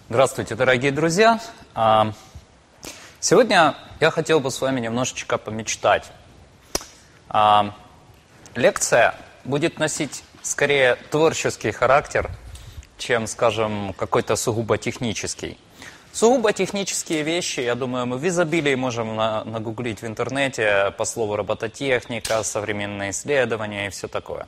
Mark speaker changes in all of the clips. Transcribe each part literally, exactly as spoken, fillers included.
Speaker 1: Здравствуйте, дорогие друзья! Сегодня я хотел бы с вами немножечко помечтать. Лекция будет носить скорее творческий характер, чем, скажем, какой-то сугубо технический. Сугубо технические вещи, я думаю, мы в изобилии можем нагуглить в интернете по слову робототехника, современные исследования и все такое.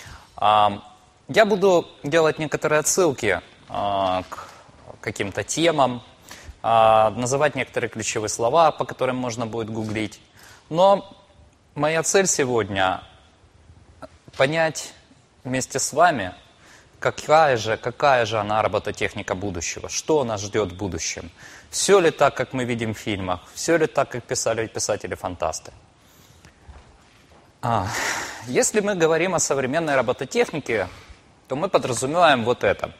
Speaker 1: Я буду делать некоторые отсылки к каким-то темам, называть некоторые ключевые слова, по которым можно будет гуглить. Но моя цель сегодня понять вместе с вами, какая же, какая же она робототехника будущего, что нас ждет в будущем. Все ли так, как мы видим в фильмах, все ли так, как писали писатели-фантасты. А, если мы говорим о современной робототехнике, то мы подразумеваем вот это.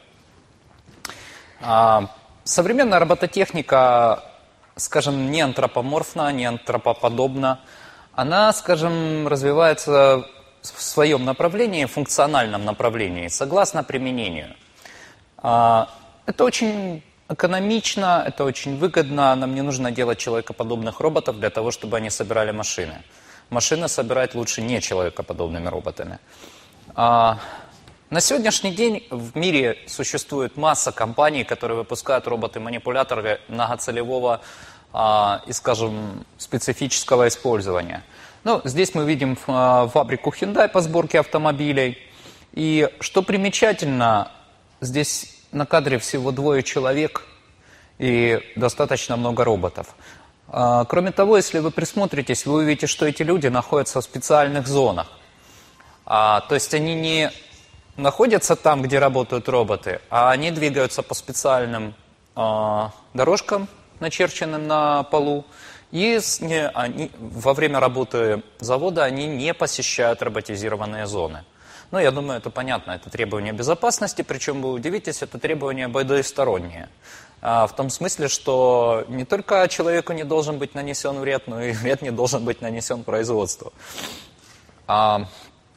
Speaker 1: А, современная робототехника, скажем, не антропоморфна, не антропоподобна. Она, скажем, развивается в своем направлении, функциональном направлении, согласно применению. А, это очень экономично, это очень выгодно. Нам не нужно делать человекоподобных роботов для того, чтобы они собирали машины. Машины собирать лучше не человекоподобными роботами. А, на сегодняшний день в мире существует масса компаний, которые выпускают роботы-манипуляторы многоцелевого а, и, скажем, специфического использования. Ну, здесь мы видим а, фабрику Hyundai по сборке автомобилей. И что примечательно, здесь на кадре всего двое человек и достаточно много роботов. Кроме того, если вы присмотритесь, вы увидите, что эти люди находятся в специальных зонах. А, то есть они не находятся там, где работают роботы, а они двигаются по специальным а, дорожкам, начерченным на полу. И не, они, во время работы завода они не посещают роботизированные зоны. Ну, я думаю, это понятно, это требование безопасности, причем, вы удивитесь, это требование обоюдостороннее. В том смысле, что не только человеку не должен быть нанесен вред, но и вред не должен быть нанесен производству. Что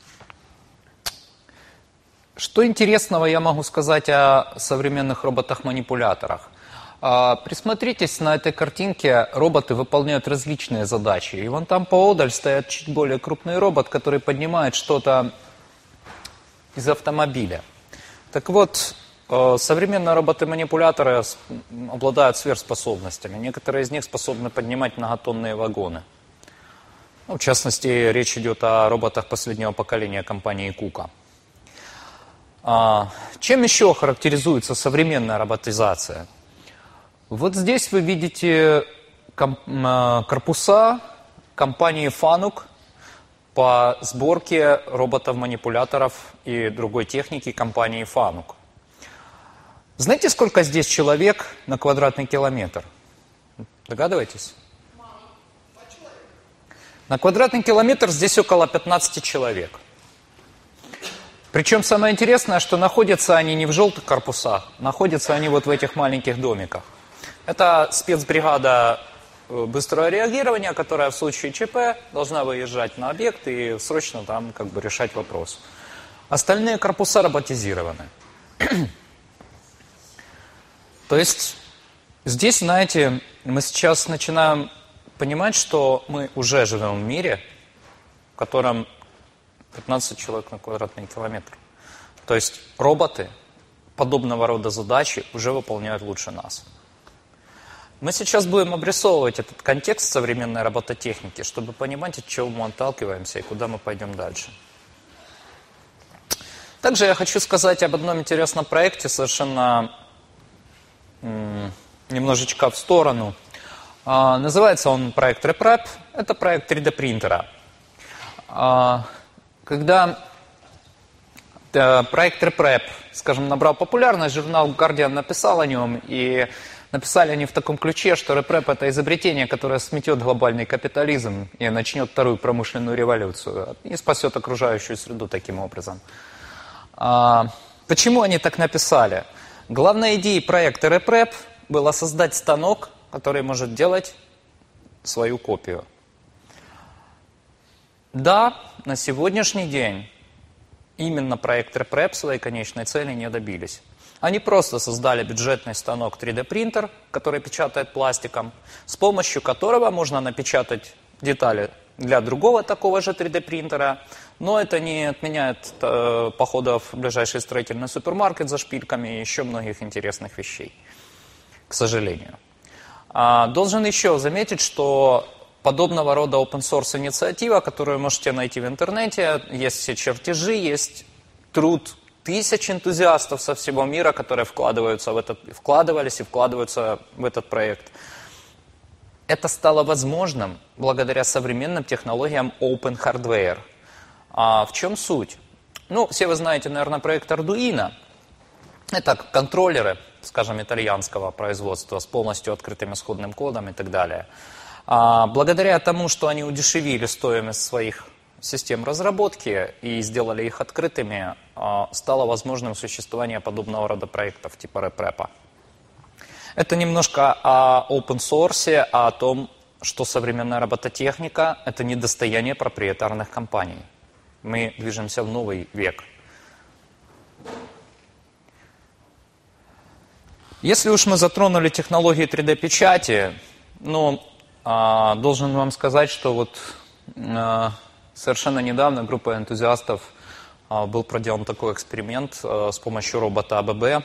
Speaker 1: интересного я могу сказать о современных роботах-манипуляторах? Присмотритесь, на этой картинке роботы выполняют различные задачи. И вон там поодаль стоит чуть более крупный робот, который поднимает что-то из автомобиля. Так вот, современные роботы-манипуляторы обладают сверхспособностями. Некоторые из них способны поднимать многотонные вагоны. Ну, в частности, речь идет о роботах последнего поколения компании Кука. А, чем еще характеризуется современная роботизация? Вот здесь вы видите корпуса компании Fanuc по сборке роботов-манипуляторов и другой техники компании Fanuc. Знаете, сколько здесь человек на квадратный километр? Догадываетесь? На квадратный километр здесь около пятнадцати человек. Причем самое интересное, что находятся они не в желтых корпусах, находятся они вот в этих маленьких домиках. Это спецбригада быстрого реагирования, которая в случае ЧП должна выезжать на объект и срочно там как бы решать вопрос. Остальные корпуса роботизированы. То есть здесь, знаете, мы сейчас начинаем понимать, что мы уже живем в мире, в котором пятнадцать человек на квадратный километр. То есть роботы подобного рода задачи уже выполняют лучше нас. Мы сейчас будем обрисовывать этот контекст современной робототехники, чтобы понимать, от чего мы отталкиваемся и куда мы пойдем дальше. Также я хочу сказать об одном интересном проекте, совершенно м- немножечко в сторону. А, называется он проект RepRap. Это проект три дэ принтера. А, когда а, проект RepRap, скажем, набрал популярность, журнал Guardian написал о нем, и написали они в таком ключе, что RepRap — это изобретение, которое сметет глобальный капитализм и начнет вторую промышленную революцию, и спасет окружающую среду таким образом. А, почему они так написали? Главной идеей проекта RepRap было создать станок, который может делать свою копию. Да, на сегодняшний день именно проект RepRap своей конечной цели не добились. Они просто создали бюджетный станок три дэ принтер, который печатает пластиком, с помощью которого можно напечатать детали для другого такого же три дэ принтера, но это не отменяет э, походов в ближайший строительный супермаркет за шпильками и еще многих интересных вещей, к сожалению. А, должен еще заметить, что подобного рода open-source инициатива, которую можете найти в интернете, есть все чертежи, есть труд тысяч энтузиастов со всего мира, которые вкладываются в этот, вкладывались и вкладываются в этот проект. Это стало возможным благодаря современным технологиям Open Hardware. А в чем суть? Ну, все вы знаете, наверное, проект Arduino. Это контроллеры, скажем, итальянского производства с полностью открытым исходным кодом и так далее. А благодаря тому, что они удешевили стоимость своих систем разработки и сделали их открытыми, стало возможным существование подобного рода проектов типа RepRap. Это немножко о open source, о том, что современная робототехника – это не достояние проприетарных компаний. Мы движемся в новый век. Если уж мы затронули технологии три дэ печати, ну, а, должен вам сказать, что вот а, совершенно недавно группа энтузиастов а, был проделан такой эксперимент а, с помощью робота АББ,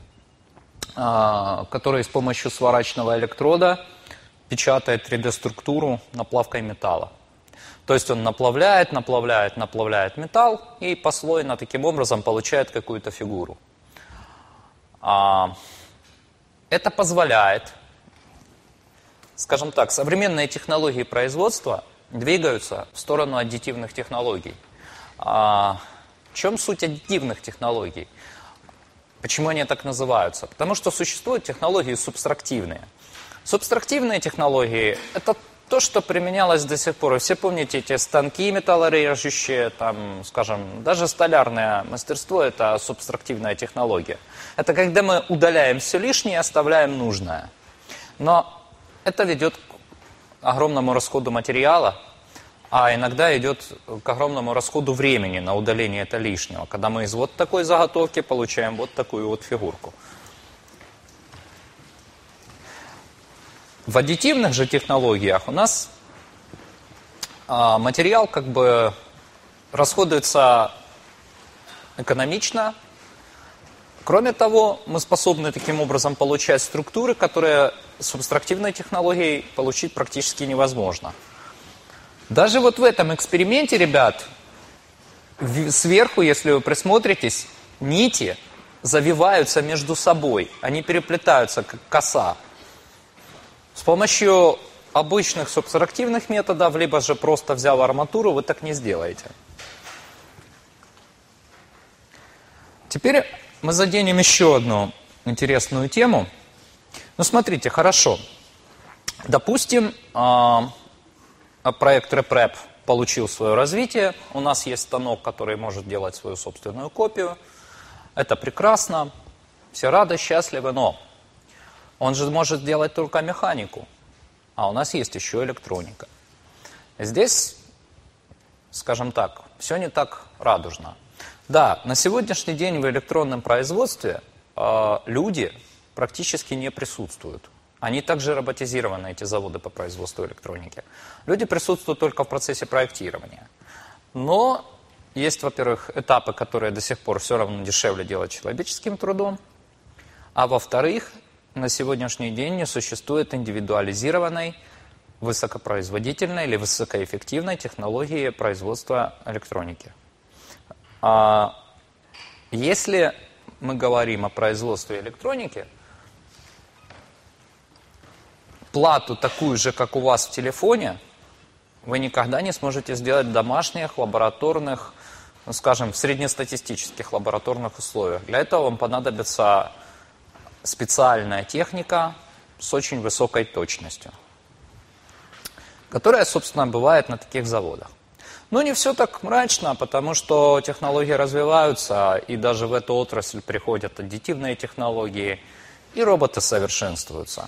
Speaker 1: а, который с помощью сварочного электрода печатает три дэ структуру наплавкой металла. То есть он наплавляет, наплавляет, наплавляет металл и послойно таким образом получает какую-то фигуру. А, это позволяет, скажем так, современные технологии производства двигаются в сторону аддитивных технологий. А, в чем суть аддитивных технологий? Почему они так называются? Потому что существуют технологии субтрактивные. Субтрактивные технологии – это то, что применялось до сих пор. Вы все помните эти станки металлорежущие, там, скажем, даже столярное мастерство – это субтрактивная технология. Это когда мы удаляем все лишнее и оставляем нужное. Но это ведет к огромному расходу материала, а иногда идет к огромному расходу времени на удаление этого лишнего, когда мы из вот такой заготовки получаем вот такую вот фигурку. В аддитивных же технологиях у нас а, материал как бы расходуется экономично. Кроме того, мы способны таким образом получать структуры, которые с субтрактивной технологией получить практически невозможно. Даже вот в этом эксперименте, ребят, сверху, если вы присмотритесь, нити завиваются между собой, они переплетаются как коса. С помощью обычных субтрактивных методов, либо же просто взяв арматуру, вы так не сделаете. Теперь мы заденем еще одну интересную тему. Ну, смотрите, хорошо. Допустим, проект RepRap получил свое развитие. У нас есть станок, который может делать свою собственную копию. Это прекрасно. Все рады, счастливы, но он же может делать только механику. А у нас есть еще электроника. Здесь, скажем так, все не так радужно. Да, на сегодняшний день в электронном производстве э, люди практически не присутствуют. Они также роботизированы, эти заводы по производству электроники. Люди присутствуют только в процессе проектирования. Но есть, во-первых, этапы, которые до сих пор все равно дешевле делать человеческим трудом. А во-вторых, на сегодняшний день не существует индивидуализированной, высокопроизводительной или высокоэффективной технологии производства электроники. А если мы говорим о производстве электроники, плату такую же, как у вас в телефоне, вы никогда не сможете сделать в домашних, лабораторных, ну, скажем, в среднестатистических лабораторных условиях. Для этого вам понадобится специальная техника с очень высокой точностью, которая, собственно, бывает на таких заводах. Но не все так мрачно, потому что технологии развиваются, и даже в эту отрасль приходят аддитивные технологии, и роботы совершенствуются.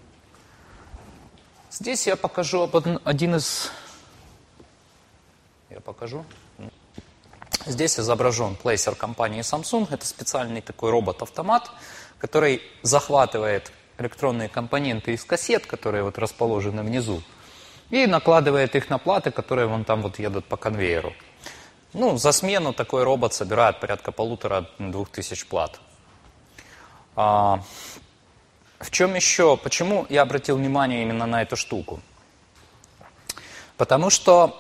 Speaker 1: Здесь я покажу один из... Я покажу. Здесь изображен плейсер компании Samsung. Это специальный такой робот-автомат, который захватывает электронные компоненты из кассет, которые вот расположены внизу, и накладывает их на платы, которые вон там вот едут по конвейеру. Ну, за смену такой робот собирает порядка полутора-двух тысяч плат. А, в чем еще? Почему я обратил внимание именно на эту штуку? Потому что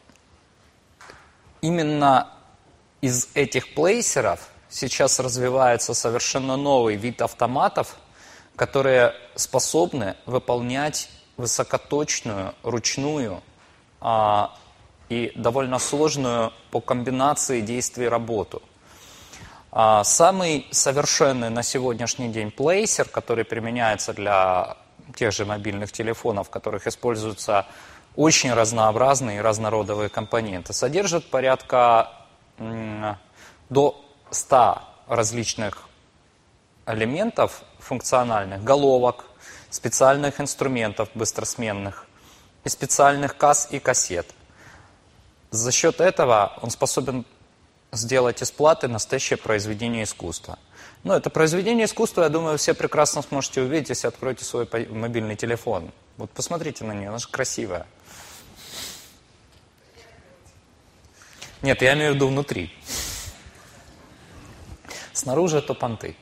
Speaker 1: именно из этих плейсеров сейчас развивается совершенно новый вид автоматов, которые способны выполнять высокоточную, ручную а, и довольно сложную по комбинации действий работу. А, самый совершенный на сегодняшний день плейсер, который применяется для тех же мобильных телефонов, в которых используются очень разнообразные и разнородовые компоненты, содержит порядка м, до ста различных элементов функциональных, головок, специальных инструментов быстросменных и специальных касс и кассет. За счет этого он способен сделать из платы настоящее произведение искусства. Но это произведение искусства, я думаю, все прекрасно сможете увидеть, если откроете свой мобильный телефон. Вот посмотрите на нее, она же красивая. Нет, я имею в виду внутри. Снаружи это понты.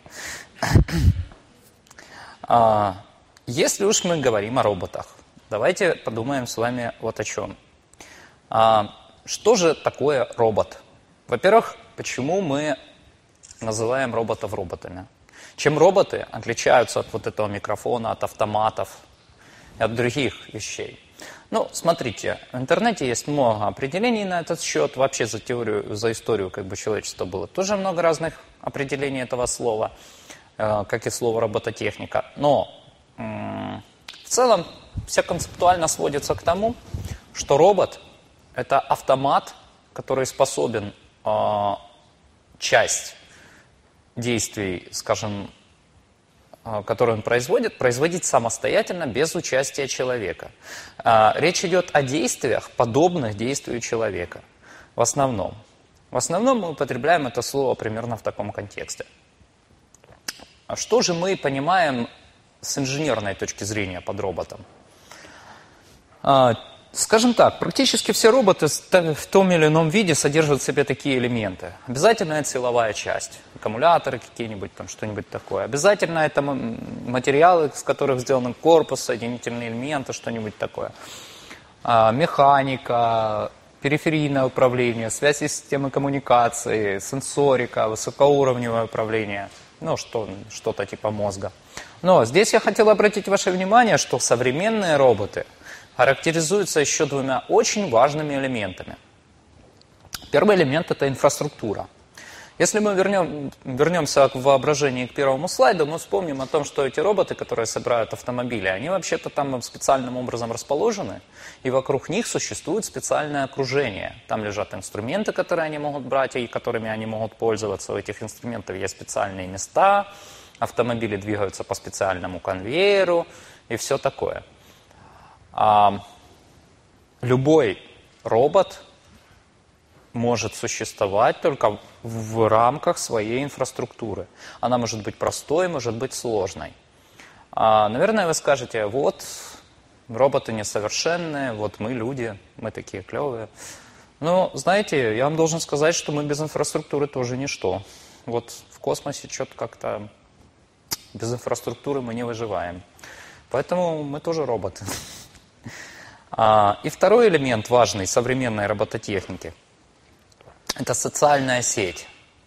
Speaker 1: Если уж мы говорим о роботах, давайте подумаем с вами вот о чем. Что же такое робот? Во-первых, почему мы называем роботов роботами? Чем роботы отличаются от вот этого микрофона, от автоматов и от других вещей? Ну, смотрите, в интернете есть много определений на этот счет. Вообще за теорию, за историю как бы человечества было тоже много разных определений этого слова, как и слово робототехника. Но в целом все концептуально сводится к тому, что робот – это автомат, который способен э, часть действий, скажем, э, которые он производит, производить самостоятельно, без участия человека. Э, речь идет о действиях, подобных действию человека. В основном. В основном мы употребляем это слово примерно в таком контексте. А что же мы понимаем с инженерной точки зрения под роботом? Скажем так, практически все роботы в том или ином виде содержат в себе такие элементы. Обязательно это силовая часть, аккумуляторы какие-нибудь, там что-нибудь такое. Обязательно это материалы, из которых сделан корпус, соединительные элементы, что-нибудь такое. Механика, периферийное управление, связь и системы коммуникации, сенсорика, высокоуровневое управление. Ну, что, что-то типа мозга. Но здесь я хотел обратить ваше внимание, что современные роботы характеризуются еще двумя очень важными элементами. Первый элемент – это инфраструктура. Если мы вернем, вернемся к воображению к первому слайду, мы вспомним о том, что эти роботы, которые собирают автомобили, они вообще-то там специальным образом расположены, и вокруг них существует специальное окружение. Там лежат инструменты, которые они могут брать и которыми они могут пользоваться. У этих инструментов есть специальные места, автомобили двигаются по специальному конвейеру и все такое. А любой робот может существовать только в рамках своей инфраструктуры. Она может быть простой, может быть сложной. А, наверное, вы скажете, вот, роботы несовершенные, вот мы люди, мы такие клевые. Но, знаете, я вам должен сказать, что мы без инфраструктуры тоже ничто. Вот в космосе что-то как-то без инфраструктуры мы не выживаем. Поэтому мы тоже роботы. А, и второй элемент важный современной робототехники – это социальная сеть.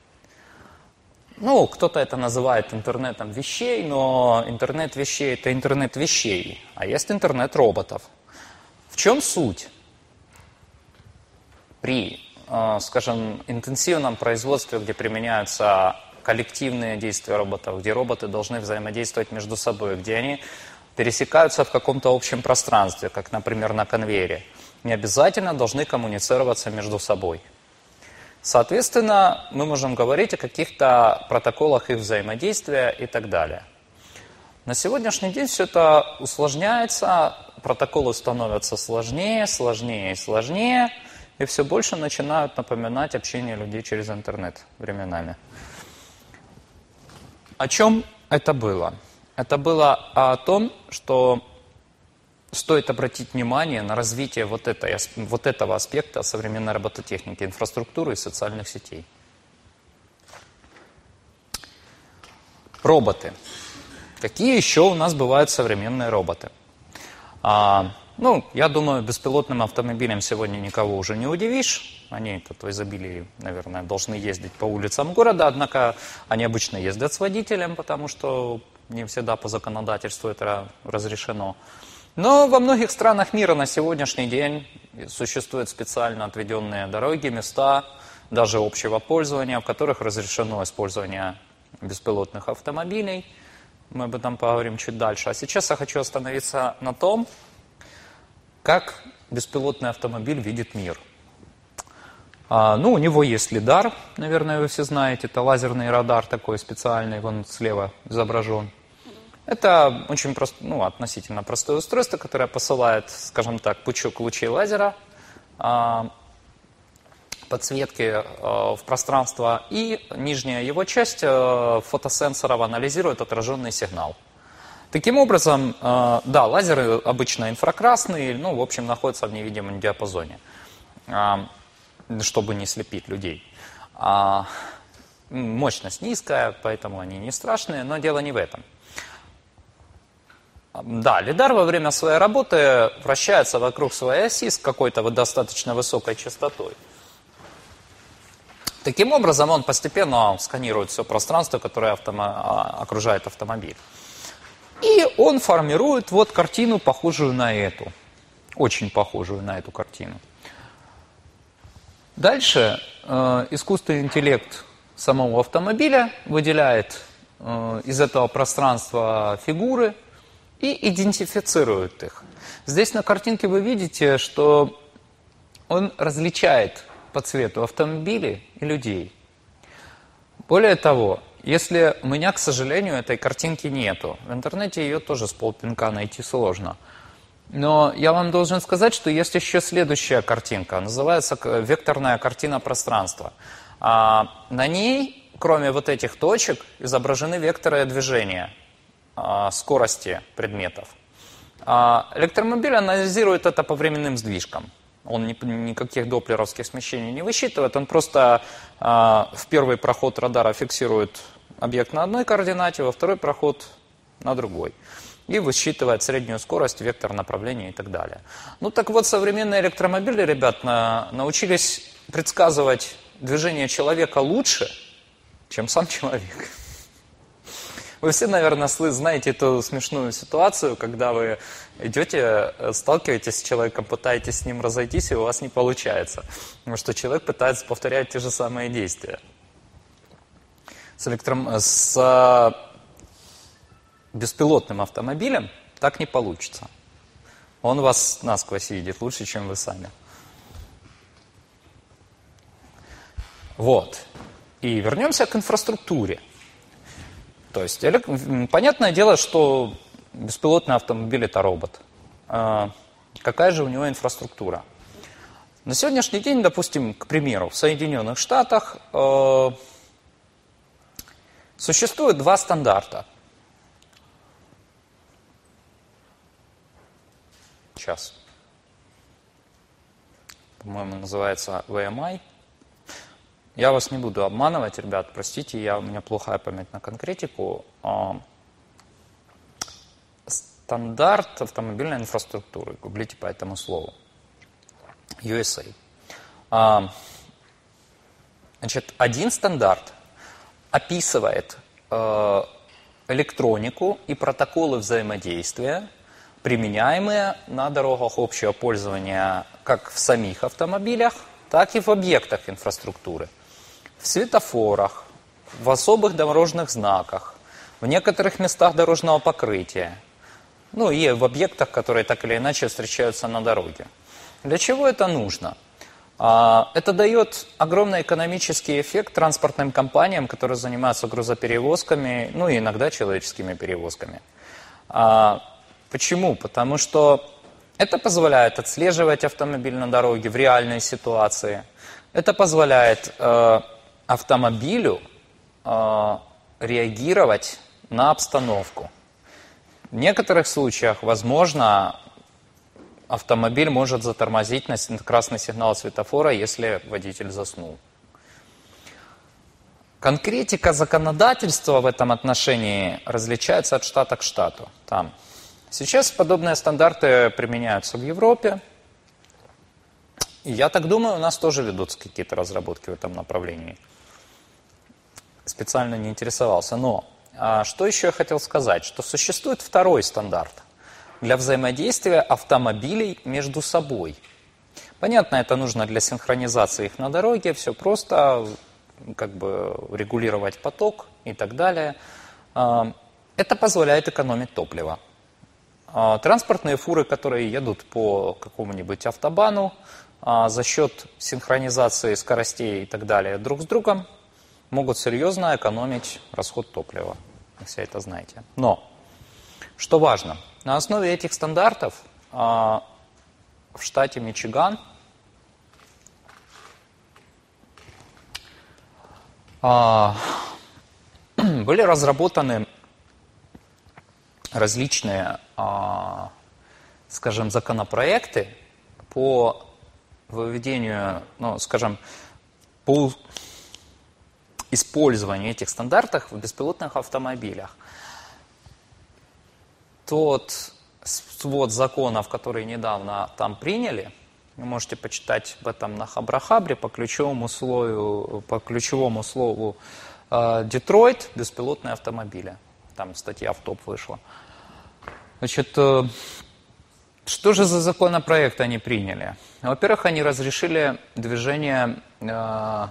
Speaker 1: Ну, кто-то это называет интернетом вещей, но интернет вещей – это интернет вещей, а есть интернет роботов. В чем суть? При, скажем, интенсивном производстве, где применяются коллективные действия роботов, где роботы должны взаимодействовать между собой, где они пересекаются в каком-то общем пространстве, как, например, на конвейере, не обязательно должны коммуницироваться между собой. Соответственно, мы можем говорить о каких-то протоколах их взаимодействия и так далее. На сегодняшний день все это усложняется, протоколы становятся сложнее, сложнее и сложнее, и все больше начинают напоминать общение людей через интернет временами. О чем это было? Это было о том, что стоит обратить внимание на развитие вот, этой, вот этого аспекта современной робототехники, инфраструктуры и социальных сетей. Роботы. Какие еще у нас бывают современные роботы? А, ну, я думаю, беспилотным автомобилем сегодня никого уже не удивишь. Они тут в изобилии, наверное, должны ездить по улицам города, однако они обычно ездят с водителем, потому что не всегда по законодательству это разрешено. Но во многих странах мира на сегодняшний день существуют специально отведенные дороги, места, даже общего пользования, в которых разрешено использование беспилотных автомобилей. Мы об этом поговорим чуть дальше. А сейчас я хочу остановиться на том, как беспилотный автомобиль видит мир. А, ну, у него есть лидар, наверное, вы все знаете. Это лазерный радар такой специальный, вон слева изображен. Это очень просто, ну, относительно простое устройство, которое посылает, скажем так, пучок лучей лазера а, подсветки а, в пространство, и нижняя его часть а, фотосенсоров анализирует отраженный сигнал. Таким образом, а, да, лазеры обычно инфракрасные, ну, в общем, находятся в невидимом диапазоне, а, чтобы не слепить людей. А, мощность низкая, поэтому они не страшные, но дело не в этом. Да, лидар во время своей работы вращается вокруг своей оси с какой-то вот достаточно высокой частотой. Таким образом, он постепенно сканирует все пространство, которое автомо... окружает автомобиль. И он формирует вот картину, похожую на эту. Очень похожую на эту картину. Дальше э, искусственный интеллект самого автомобиля выделяет э, из этого пространства фигуры и идентифицирует их. Здесь на картинке вы видите, что он различает по цвету автомобилей и людей. Более того, если у меня, к сожалению, этой картинки нету, в интернете ее тоже с полпинка найти сложно. Но я вам должен сказать, что есть еще следующая картинка, называется векторная картина пространства. А на ней, кроме вот этих точек, изображены векторы движения, скорости предметов. Электромобиль анализирует это по временным сдвижкам. Он ни, никаких доплеровских смещений не высчитывает, он просто в первый проход радара фиксирует объект на одной координате, во второй проход на другой. И высчитывает среднюю скорость, вектор направления и так далее. Ну так вот, современные электромобили, ребят, на, научились предсказывать движение человека лучше, чем сам человек. Вы все, наверное, знаете эту смешную ситуацию, когда вы идете, сталкиваетесь с человеком, пытаетесь с ним разойтись, и у вас не получается. Потому что человек пытается повторять те же самые действия. С, электром... с беспилотным автомобилем так не получится. Он вас насквозь видит лучше, чем вы сами. Вот. И вернемся к инфраструктуре. То есть, понятное дело, что беспилотный автомобиль – это робот. Какая же у него инфраструктура? На сегодняшний день, допустим, к примеру, в Соединенных Штатах существует два стандарта. Сейчас. По-моему, называется ви эм ай. Я вас не буду обманывать, ребят, простите, я, у меня плохая память на конкретику. Стандарт автомобильной инфраструктуры. Гуглите по этому слову. ю эс эй. Значит, один стандарт описывает электронику и протоколы взаимодействия, применяемые на дорогах общего пользования как в самих автомобилях, так и в объектах инфраструктуры. В светофорах, в особых дорожных знаках, в некоторых местах дорожного покрытия, ну и в объектах, которые так или иначе встречаются на дороге. Для чего это нужно? Это дает огромный экономический эффект транспортным компаниям, которые занимаются грузоперевозками, ну и иногда человеческими перевозками. Почему? Потому что Это позволяет отслеживать автомобиль на дороге в реальной ситуации. Это позволяет э, автомобилю э, реагировать на обстановку. В некоторых случаях, возможно, автомобиль может затормозить на красный сигнал светофора, если водитель заснул. Конкретика законодательства в этом отношении различается от штата к штату. Там. Сейчас подобные стандарты применяются в Европе. И я так думаю, у нас тоже ведутся какие-то разработки в этом направлении. Специально не интересовался. Но а что еще я хотел сказать? Что существует второй стандарт для взаимодействия автомобилей между собой. Понятно, это нужно для синхронизации их на дороге. Все просто, как бы регулировать поток и так далее. Это позволяет экономить топливо. Транспортные фуры, которые едут по какому-нибудь автобану, за счет синхронизации скоростей и так далее друг с другом, могут серьезно экономить расход топлива. Вы все это знаете. Но, что важно, на основе этих стандартов в штате Мичиган были разработаны различные, скажем, законопроекты по выведению, ну, скажем, по использованию этих стандартов в беспилотных автомобилях. Тот свод законов, который недавно там приняли, вы можете почитать об этом на Хабрахабре по ключевому слову, по ключевому слову Детройт, беспилотные автомобили. Там статья в топ вышла. Значит, что же за законопроект они приняли? Во-первых, они разрешили движение, э,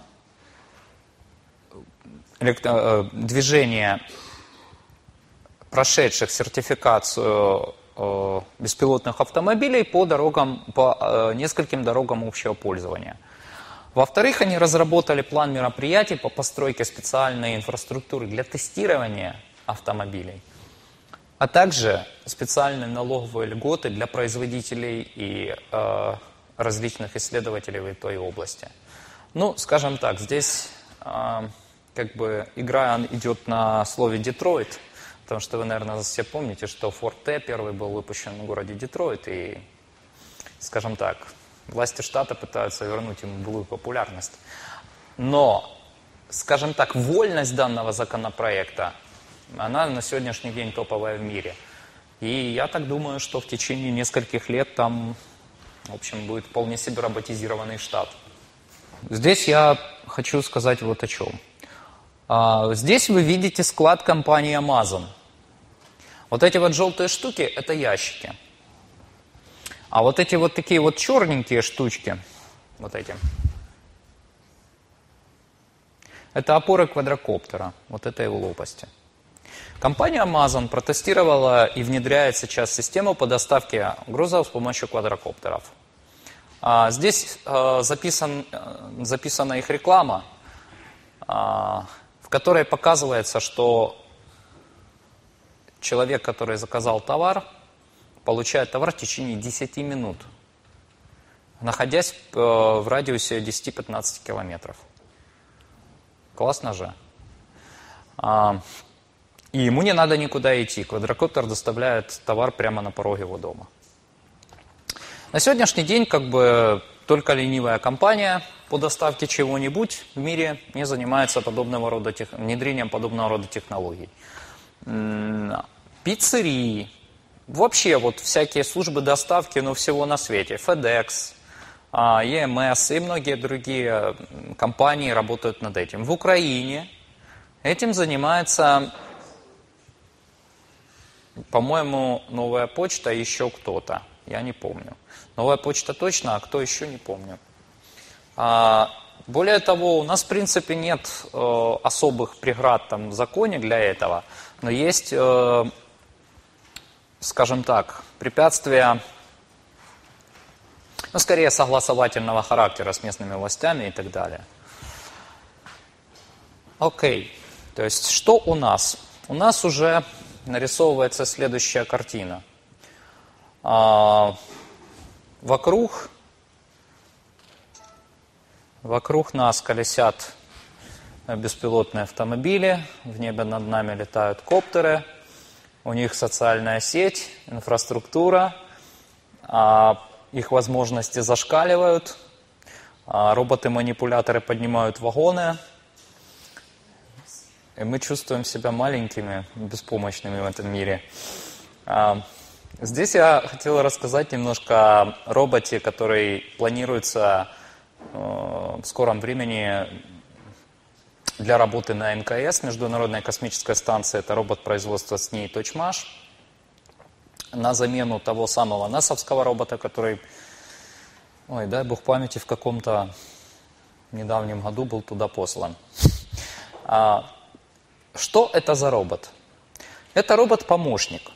Speaker 1: электро, э, движение прошедших сертификацию э, беспилотных автомобилей по дорогам, по э, нескольким дорогам общего пользования. Во-вторых, они разработали план мероприятий по постройке специальной инфраструктуры для тестирования автомобилей, а также специальные налоговые льготы для производителей и э, различных исследователей в этой области. Ну, скажем так, здесь э, как бы игра идет на слове «Детройт», потому что вы, наверное, все помните, что Ford T первый был выпущен в городе Детройт, и, скажем так, власти штата пытаются вернуть ему былую популярность. Но, скажем так, вольность данного законопроекта, она на сегодняшний день топовая в мире. И я так думаю, что в течение нескольких лет там, в общем, будет вполне себе роботизированный штат. Здесь я хочу сказать вот о чем. Здесь вы видите склад компании Amazon. Вот эти вот желтые штуки – это ящики. А вот эти вот такие вот черненькие штучки, вот эти, это опоры квадрокоптера, вот этой его лопасти. Компания Amazon протестировала и внедряет сейчас систему по доставке грузов с помощью квадрокоптеров. Здесь записан, записана их реклама, в которой показывается, что человек, который заказал товар, получает товар в течение десяти минут, находясь в радиусе десять-пятнадцать километров. Классно же. И ему не надо никуда идти. Квадрокоптер доставляет товар прямо на пороге его дома. На сегодняшний день как бы только ленивая компания по доставке чего-нибудь в мире не занимается подобного рода тех... внедрением подобного рода технологий. Пиццерии, вообще вот всякие службы доставки, ну, всего на свете. FedEx, и эм эс и многие другие компании работают над этим. В Украине этим занимается, по-моему, Новая почта и еще кто-то. Я не помню. Новая почта точно, а кто еще, не помню. А, более того, у нас, в принципе, нет э, особых преград там в законе для этого, но есть, э, скажем так, препятствия, ну, скорее, согласовательного характера с местными властями и так далее. Окей. То есть, что у нас? У нас уже нарисовывается следующая картина. вокруг, вокруг нас колесят беспилотные автомобили, в небе над нами летают коптеры, у них социальная сеть, инфраструктура, их возможности зашкаливают, роботы-манипуляторы поднимают вагоны, и мы чувствуем себя маленькими, беспомощными в этом мире. Здесь я хотел рассказать немножко о роботе, который планируется в скором времени для работы на эн ка эс, Международная космическая станция. Это робот производства эс эн и Точмаш, на замену того самого насовского робота, который, ой, дай бог памяти, в каком-то недавнем году был туда послан. А, что это за робот? Это робот-помощник.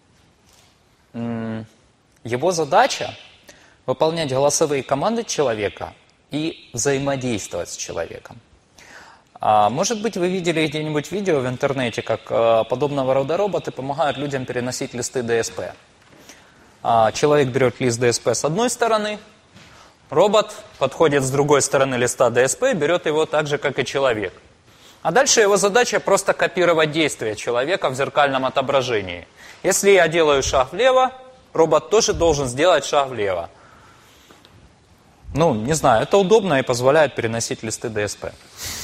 Speaker 1: Его задача – выполнять голосовые команды человека и взаимодействовать с человеком. А, может быть, вы видели где-нибудь видео в интернете, как а, подобного рода роботы помогают людям переносить листы дэ эс пэ. А, человек берет лист дэ эс пэ с одной стороны, робот подходит с другой стороны листа дэ эс пэ, берет его так же, как и человек. А дальше его задача просто копировать действия человека в зеркальном отображении. Если я делаю шаг влево, робот тоже должен сделать шаг влево. Ну, не знаю, это удобно и позволяет переносить листы дэ эс пэ.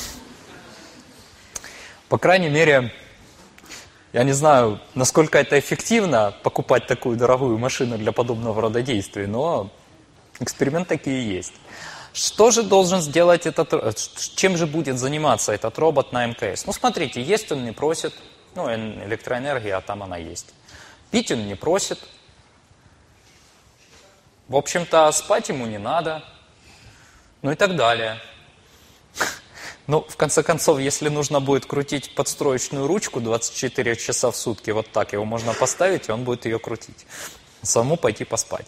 Speaker 1: По крайней мере, я не знаю, насколько это эффективно покупать такую дорогую машину для подобного рода действий, но эксперимент такие есть. Что же должен сделать этот, чем же будет заниматься этот робот на эм ка эс? Ну, смотрите, есть он не просит, ну, электроэнергия, а там она есть. Пить он не просит. В общем-то, спать ему не надо. Ну и так далее. Ну, в конце концов, если нужно будет крутить подстроечную ручку двадцать четыре часа в сутки, вот так его можно поставить, и он будет ее крутить. Самому пойти поспать.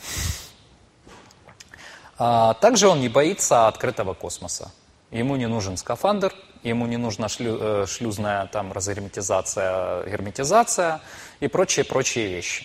Speaker 1: А также он не боится открытого космоса. Ему не нужен скафандр, ему не нужна шлю, шлюзная там разгерметизация, герметизация и прочие-прочие вещи.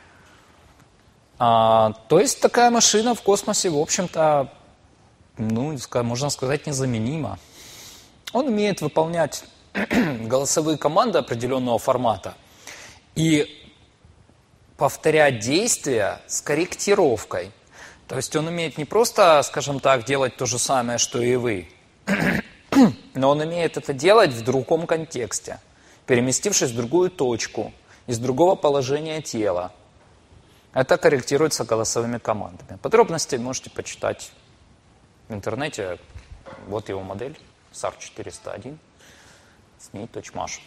Speaker 1: А, то есть такая машина в космосе, в общем-то, ну, можно сказать, незаменима. Он умеет выполнять голосовые команды определенного формата и повторять действия с корректировкой. То есть он умеет не просто, скажем так, делать то же самое, что и вы, но он умеет это делать в другом контексте, переместившись в другую точку, из другого положения тела. Это корректируется голосовыми командами. Подробности можете почитать в интернете. Вот его модель, сар четыреста один, эс эн и Точмаш.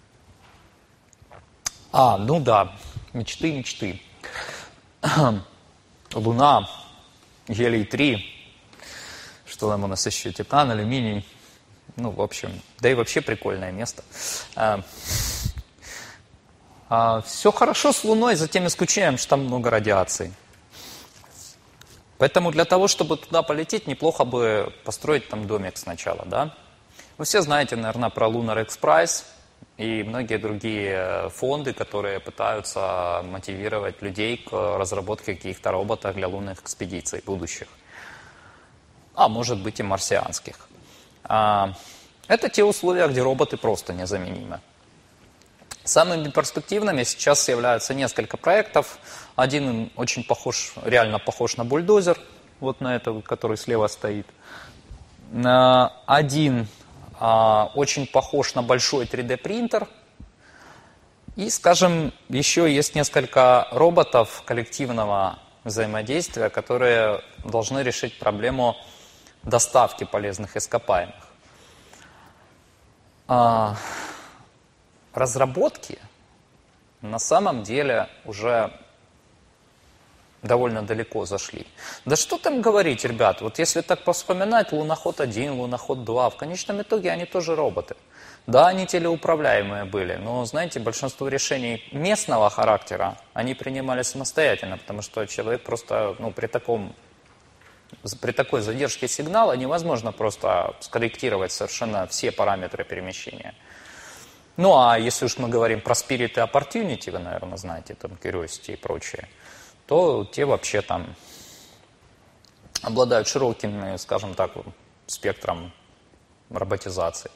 Speaker 1: А, ну да, мечты, мечты. Луна, гелий три, что там у нас еще, титан, алюминий. Ну, в общем, да и вообще прикольное место. А, а, все хорошо с Луной, за тем исключением, что там много радиации. Поэтому для того, чтобы туда полететь, неплохо бы построить там домик сначала, да? Вы все знаете, наверное, про Lunar X Prize и многие другие фонды, которые пытаются мотивировать людей к разработке каких-то роботов для лунных экспедиций будущих. А может быть и марсианских. Это те условия, где роботы просто незаменимы. Самыми перспективными сейчас являются несколько проектов. Один очень похож, реально похож на бульдозер, вот на этот, который слева стоит. Один очень похож на большой три дэ принтер. И, скажем, еще есть несколько роботов коллективного взаимодействия, которые должны решить проблему доставки полезных ископаемых. Разработки на самом деле уже довольно далеко зашли. Да что там говорить, ребят, вот если так вспоминать, луноход один, луноход два, в конечном итоге они тоже роботы. Да, они телеуправляемые были, но, знаете, большинство решений местного характера они принимали самостоятельно, потому что человек просто, ну, при таком, при такой задержке сигнала невозможно просто скорректировать совершенно все параметры перемещения. Ну, а если уж мы говорим про Spirit и Opportunity, вы, наверное, знаете, там, Curiosity и прочее, то те вообще там обладают широким, скажем так, спектром роботизации.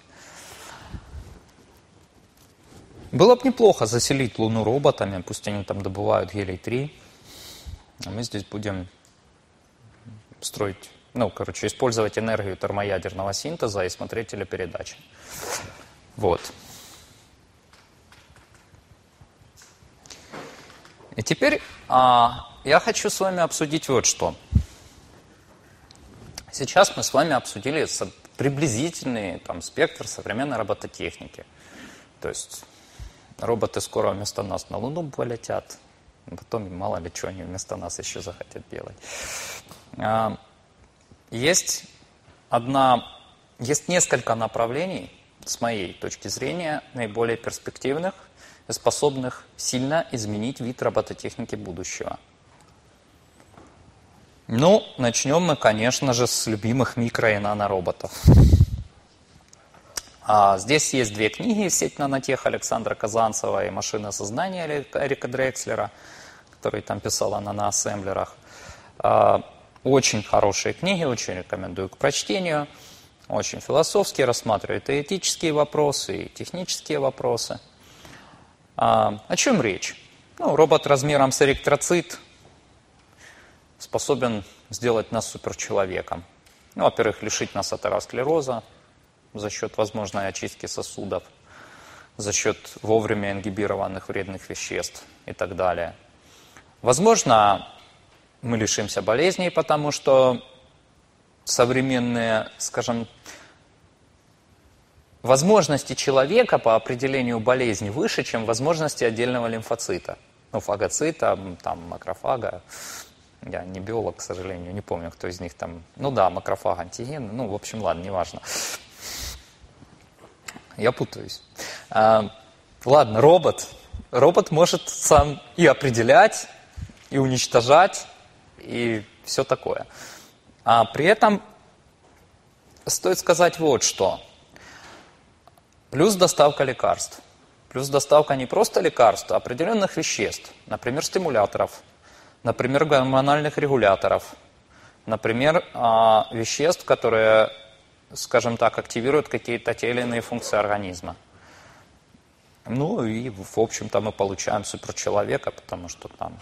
Speaker 1: Было бы неплохо заселить Луну роботами, пусть они там добывают гелий три, а мы здесь будем строить, ну, короче, использовать энергию термоядерного синтеза и смотреть телепередачи. Вот. И теперь а, я хочу с вами обсудить вот что. Сейчас мы с вами обсудили приблизительный там, спектр современной робототехники. То есть роботы скоро вместо нас на Луну полетят, потом мало ли что они вместо нас еще захотят делать. А, есть одна, есть несколько направлений, с моей точки зрения, наиболее перспективных, способных сильно изменить вид робототехники будущего. Ну, начнем мы, конечно же, с любимых микро- и нанороботов. А здесь есть две книги «Сеть нанотех» Александра Казанцева и «Машина сознания» Эрика Дрекслера, который там писал о наноассемблерах. А, очень хорошие книги, очень рекомендую к прочтению. Очень философские, рассматривают и этические вопросы, и технические вопросы. А, о чем речь? Ну, робот размером с эритроцит способен сделать нас суперчеловеком. Ну, во-первых, лишить нас атеросклероза за счет возможной очистки сосудов, за счет вовремя ингибированных вредных веществ и так далее. Возможно, мы лишимся болезней, потому что современные, скажем, возможности человека по определению болезни выше, чем возможности отдельного лимфоцита. Ну, фагоцита, там, макрофага. Я не биолог, к сожалению, не помню, кто из них там. Ну да, макрофаг, антиген. Ну, в общем, ладно, неважно. Я путаюсь. А, ладно, робот. Робот может сам и определять, и уничтожать, и все такое. А при этом стоит сказать вот что. Плюс доставка лекарств. Плюс доставка не просто лекарств, а определенных веществ. Например, стимуляторов. Например, гормональных регуляторов. Например, веществ, которые, скажем так, активируют какие-то те или иные функции организма. Ну и, в общем-то, мы получаем суперчеловека, потому что там,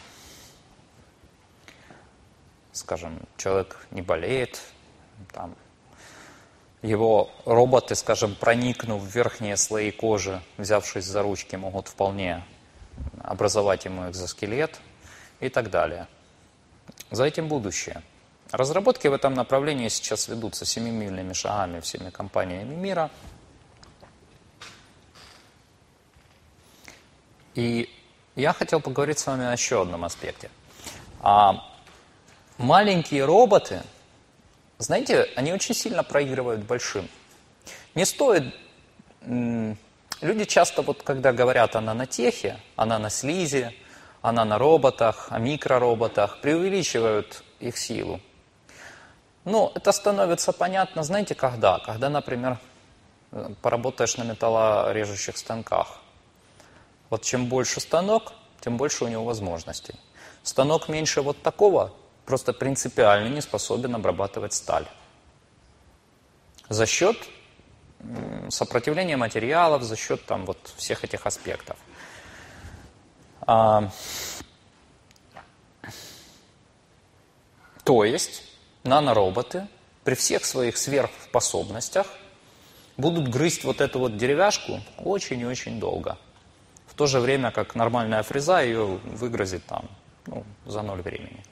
Speaker 1: скажем, человек не болеет, там, его роботы, скажем, проникнув в верхние слои кожи, взявшись за ручки, могут вполне образовать ему экзоскелет и так далее. За этим будущее. Разработки в этом направлении сейчас ведутся семимильными шагами всеми компаниями мира. И я хотел поговорить с вами о еще одном аспекте. А маленькие роботы, знаете, они очень сильно проигрывают большим. Не стоит... Люди часто, вот, когда говорят о нанотехе, о нанослизе, о нанороботах, о микророботах, преувеличивают их силу. Но это становится понятно, знаете, когда? Когда, например, поработаешь на металлорежущих станках. Вот чем больше станок, тем больше у него возможностей. Станок меньше вот такого просто принципиально не способен обрабатывать сталь. За счет сопротивления материалов, за счет там, вот, всех этих аспектов. А, то есть нанороботы при всех своих сверхспособностях будут грызть вот эту вот деревяшку очень и очень долго. В то же время, как нормальная фреза ее выгрызет там, ну, за ноль времени.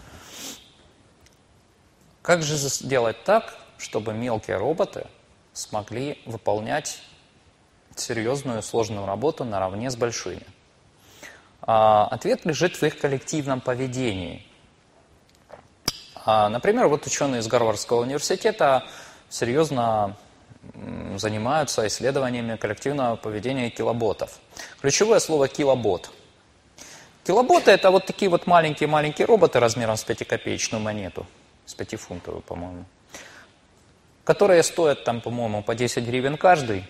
Speaker 1: Как же сделать так, чтобы мелкие роботы смогли выполнять серьезную сложную работу наравне с большими? А, ответ лежит в их коллективном поведении. А, например, вот ученые из Гарвардского университета серьезно занимаются исследованиями коллективного поведения килоботов. Ключевое слово «килобот». Килоботы – это вот такие вот маленькие-маленькие роботы размером с пятикопеечную монету, с пятифунтовую, по-моему, которые стоят там, по-моему, по десять гривен каждый,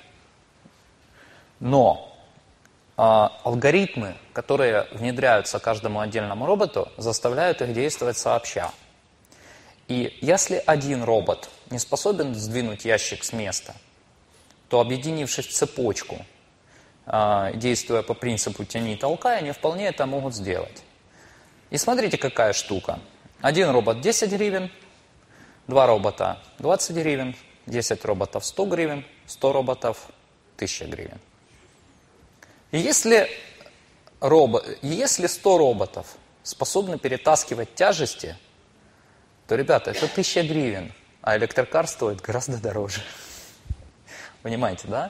Speaker 1: но а, алгоритмы, которые внедряются каждому отдельному роботу, заставляют их действовать сообща. И если один робот не способен сдвинуть ящик с места, то, объединившись в цепочку, действуя по принципу «тяни и толкай», они вполне это могут сделать. И смотрите, какая штука. Один робот десять гривен, два робота двадцать гривен, десять роботов сто гривен, сто роботов тысяча гривен. И если, робо... если сто роботов способны перетаскивать тяжести, то, ребята, это тысяча гривен, а электрокар стоит гораздо дороже. Понимаете, да?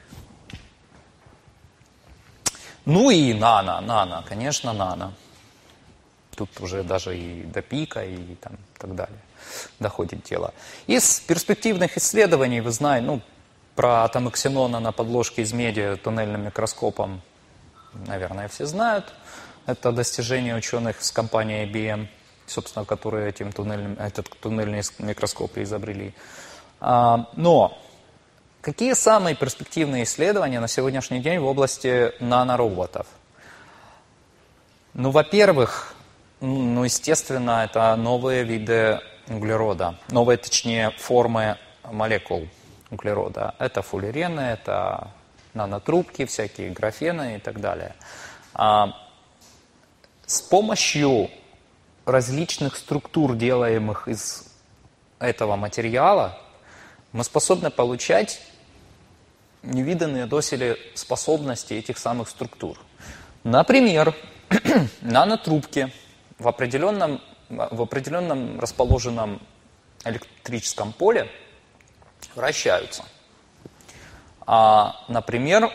Speaker 1: Ну и нано, нано, конечно, нано. Тут уже даже и до пика, и там, так далее доходит дело. Из перспективных исследований, вы знаете, ну, про атомы ксенона на подложке из меди туннельным микроскопом, наверное, все знают. Это достижение ученых с компанией ай би эм, собственно, которые этим туннельным, этот туннельный микроскоп изобрели. Но какие самые перспективные исследования на сегодняшний день в области нанороботов? Ну, во-первых, ну, естественно, это новые виды углерода, новые, точнее, формы молекул углерода. Это фуллерены, это нанотрубки, всякие графены и так далее. А с помощью различных структур, делаемых из этого материала, мы способны получать невиданные доселе способности этих самых структур. Например, нанотрубки в определенном, в определенном расположенном электрическом поле вращаются. А, например,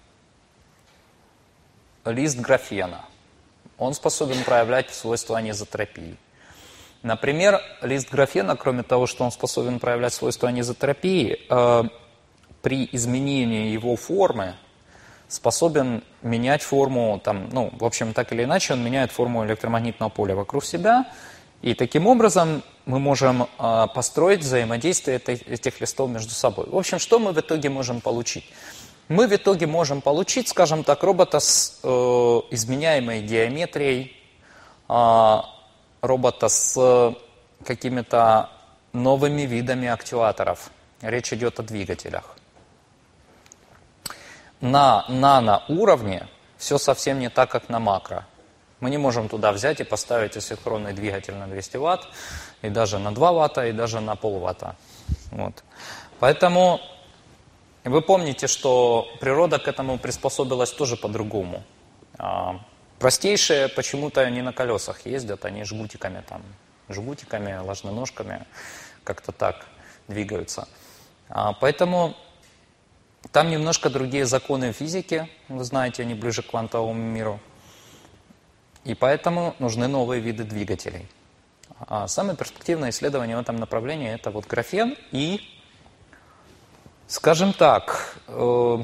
Speaker 1: лист графена. Он способен проявлять свойства анизотропии. Например, лист графена, кроме того, что он способен проявлять свойства анизотропии, э, при изменении его формы способен менять форму, там, ну, в общем, так или иначе, он меняет форму электромагнитного поля вокруг себя, и таким образом мы можем э, построить взаимодействие этих листов между собой. В общем, что мы в итоге можем получить? Мы в итоге можем получить, скажем так, робота с э, изменяемой геометрией, э, робота с какими-то новыми видами актуаторов. Речь идет о двигателях. На наноуровне все совсем не так, как на макро. Мы не можем туда взять и поставить асинхронный двигатель на двести ватт, и даже на два ватта, и даже на полватта. Вот. Поэтому вы помните, что природа к этому приспособилась тоже по-другому. Простейшие почему-то не на колесах ездят, они жгутиками, там, жгутиками, ложноножками как-то так двигаются. Поэтому там немножко другие законы физики, вы знаете, они ближе к квантовому миру. И поэтому нужны новые виды двигателей. А самое перспективное исследование в этом направлении – это вот графен и, скажем так, э,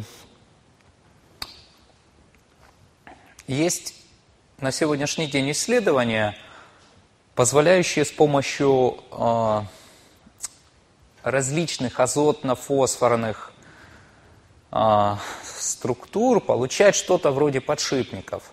Speaker 1: есть на сегодняшний день исследования, позволяющие с помощью э, различных азотно-фосфорных э, структур получать что-то вроде подшипников.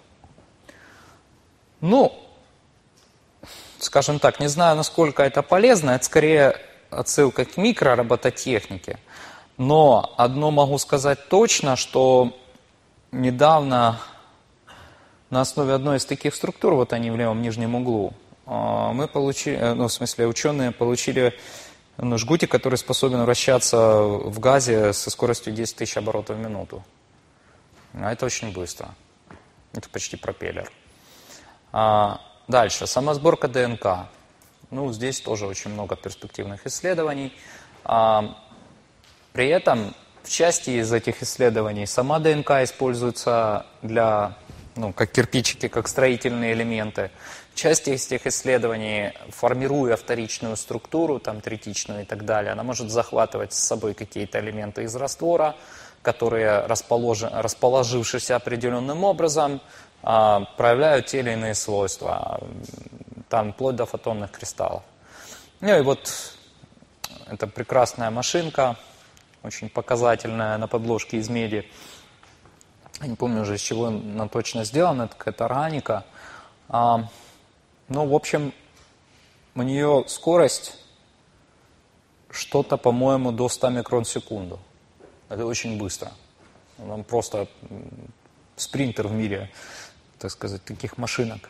Speaker 1: Ну, скажем так, не знаю, насколько это полезно, это скорее отсылка к микроробототехнике. Но одно могу сказать точно, что недавно на основе одной из таких структур, вот они в левом нижнем углу, мы получили, ну, в смысле, ученые получили ну, жгутик, который способен вращаться в газе со скоростью десять тысяч оборотов в минуту. А это очень быстро. Это почти пропеллер. А дальше. Самосборка ДНК. Ну, здесь тоже очень много перспективных исследований. А, при этом в части из этих исследований сама ДНК используется для, ну, как кирпичики, как строительные элементы. В части из этих исследований, формируя вторичную структуру, там, третичную и так далее, она может захватывать с собой какие-то элементы из раствора, которые, расположившись определенным образом, проявляют те или иные свойства, там, вплоть до фотонных кристаллов. Ну и вот эта прекрасная машинка, очень показательная, на подложке из меди. Я не помню уже, из чего она точно сделана, это какая-то органика. Ну, в общем, у нее скорость что-то, по-моему, до ста микрон в секунду. Это очень быстро. Он просто спринтер в мире, так сказать, таких машинок.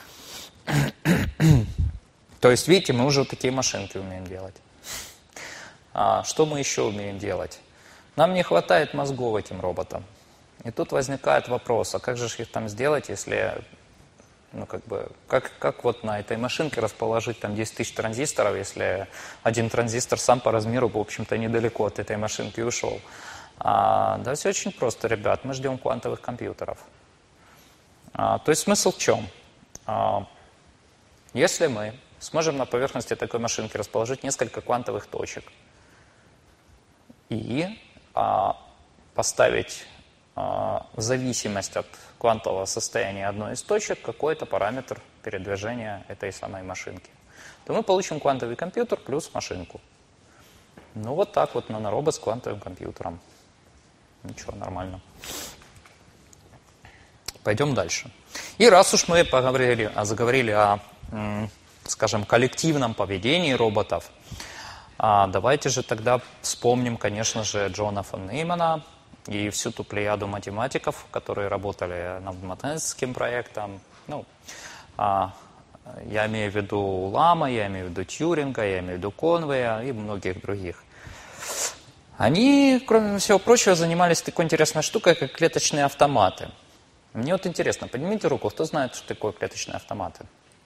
Speaker 1: То есть, видите, мы уже вот такие машинки умеем делать. А что мы еще умеем делать? Нам не хватает мозгов этим роботам. И тут возникает вопрос, а как же их там сделать, если, ну как бы, как, как вот на этой машинке расположить там десять тысяч транзисторов, если один транзистор сам по размеру, в общем-то, недалеко от этой машинки ушел? А, да все очень просто, ребят, мы ждем квантовых компьютеров. А, то есть смысл в чем? А, если мы сможем на поверхности такой машинки расположить несколько квантовых точек и а, поставить а, в зависимость от квантового состояния одной из точек какой-то параметр передвижения этой самой машинки, то мы получим квантовый компьютер плюс машинку. Ну вот так вот наноробот с квантовым компьютером. Ничего, нормально. Пойдем дальше. И раз уж мы поговорили, а заговорили о, скажем, коллективном поведении роботов, давайте же тогда вспомним, конечно же, Джона фон Неймана и всю ту плеяду математиков, которые работали над математическим проектом. Ну, я имею в виду Лама, я имею в виду Тьюринга, я имею в виду Конвея и многих других. Они, кроме всего прочего, занимались такой интересной штукой, как клеточные автоматы. Мне вот интересно, поднимите руку, кто знает, что такое клеточные автоматы?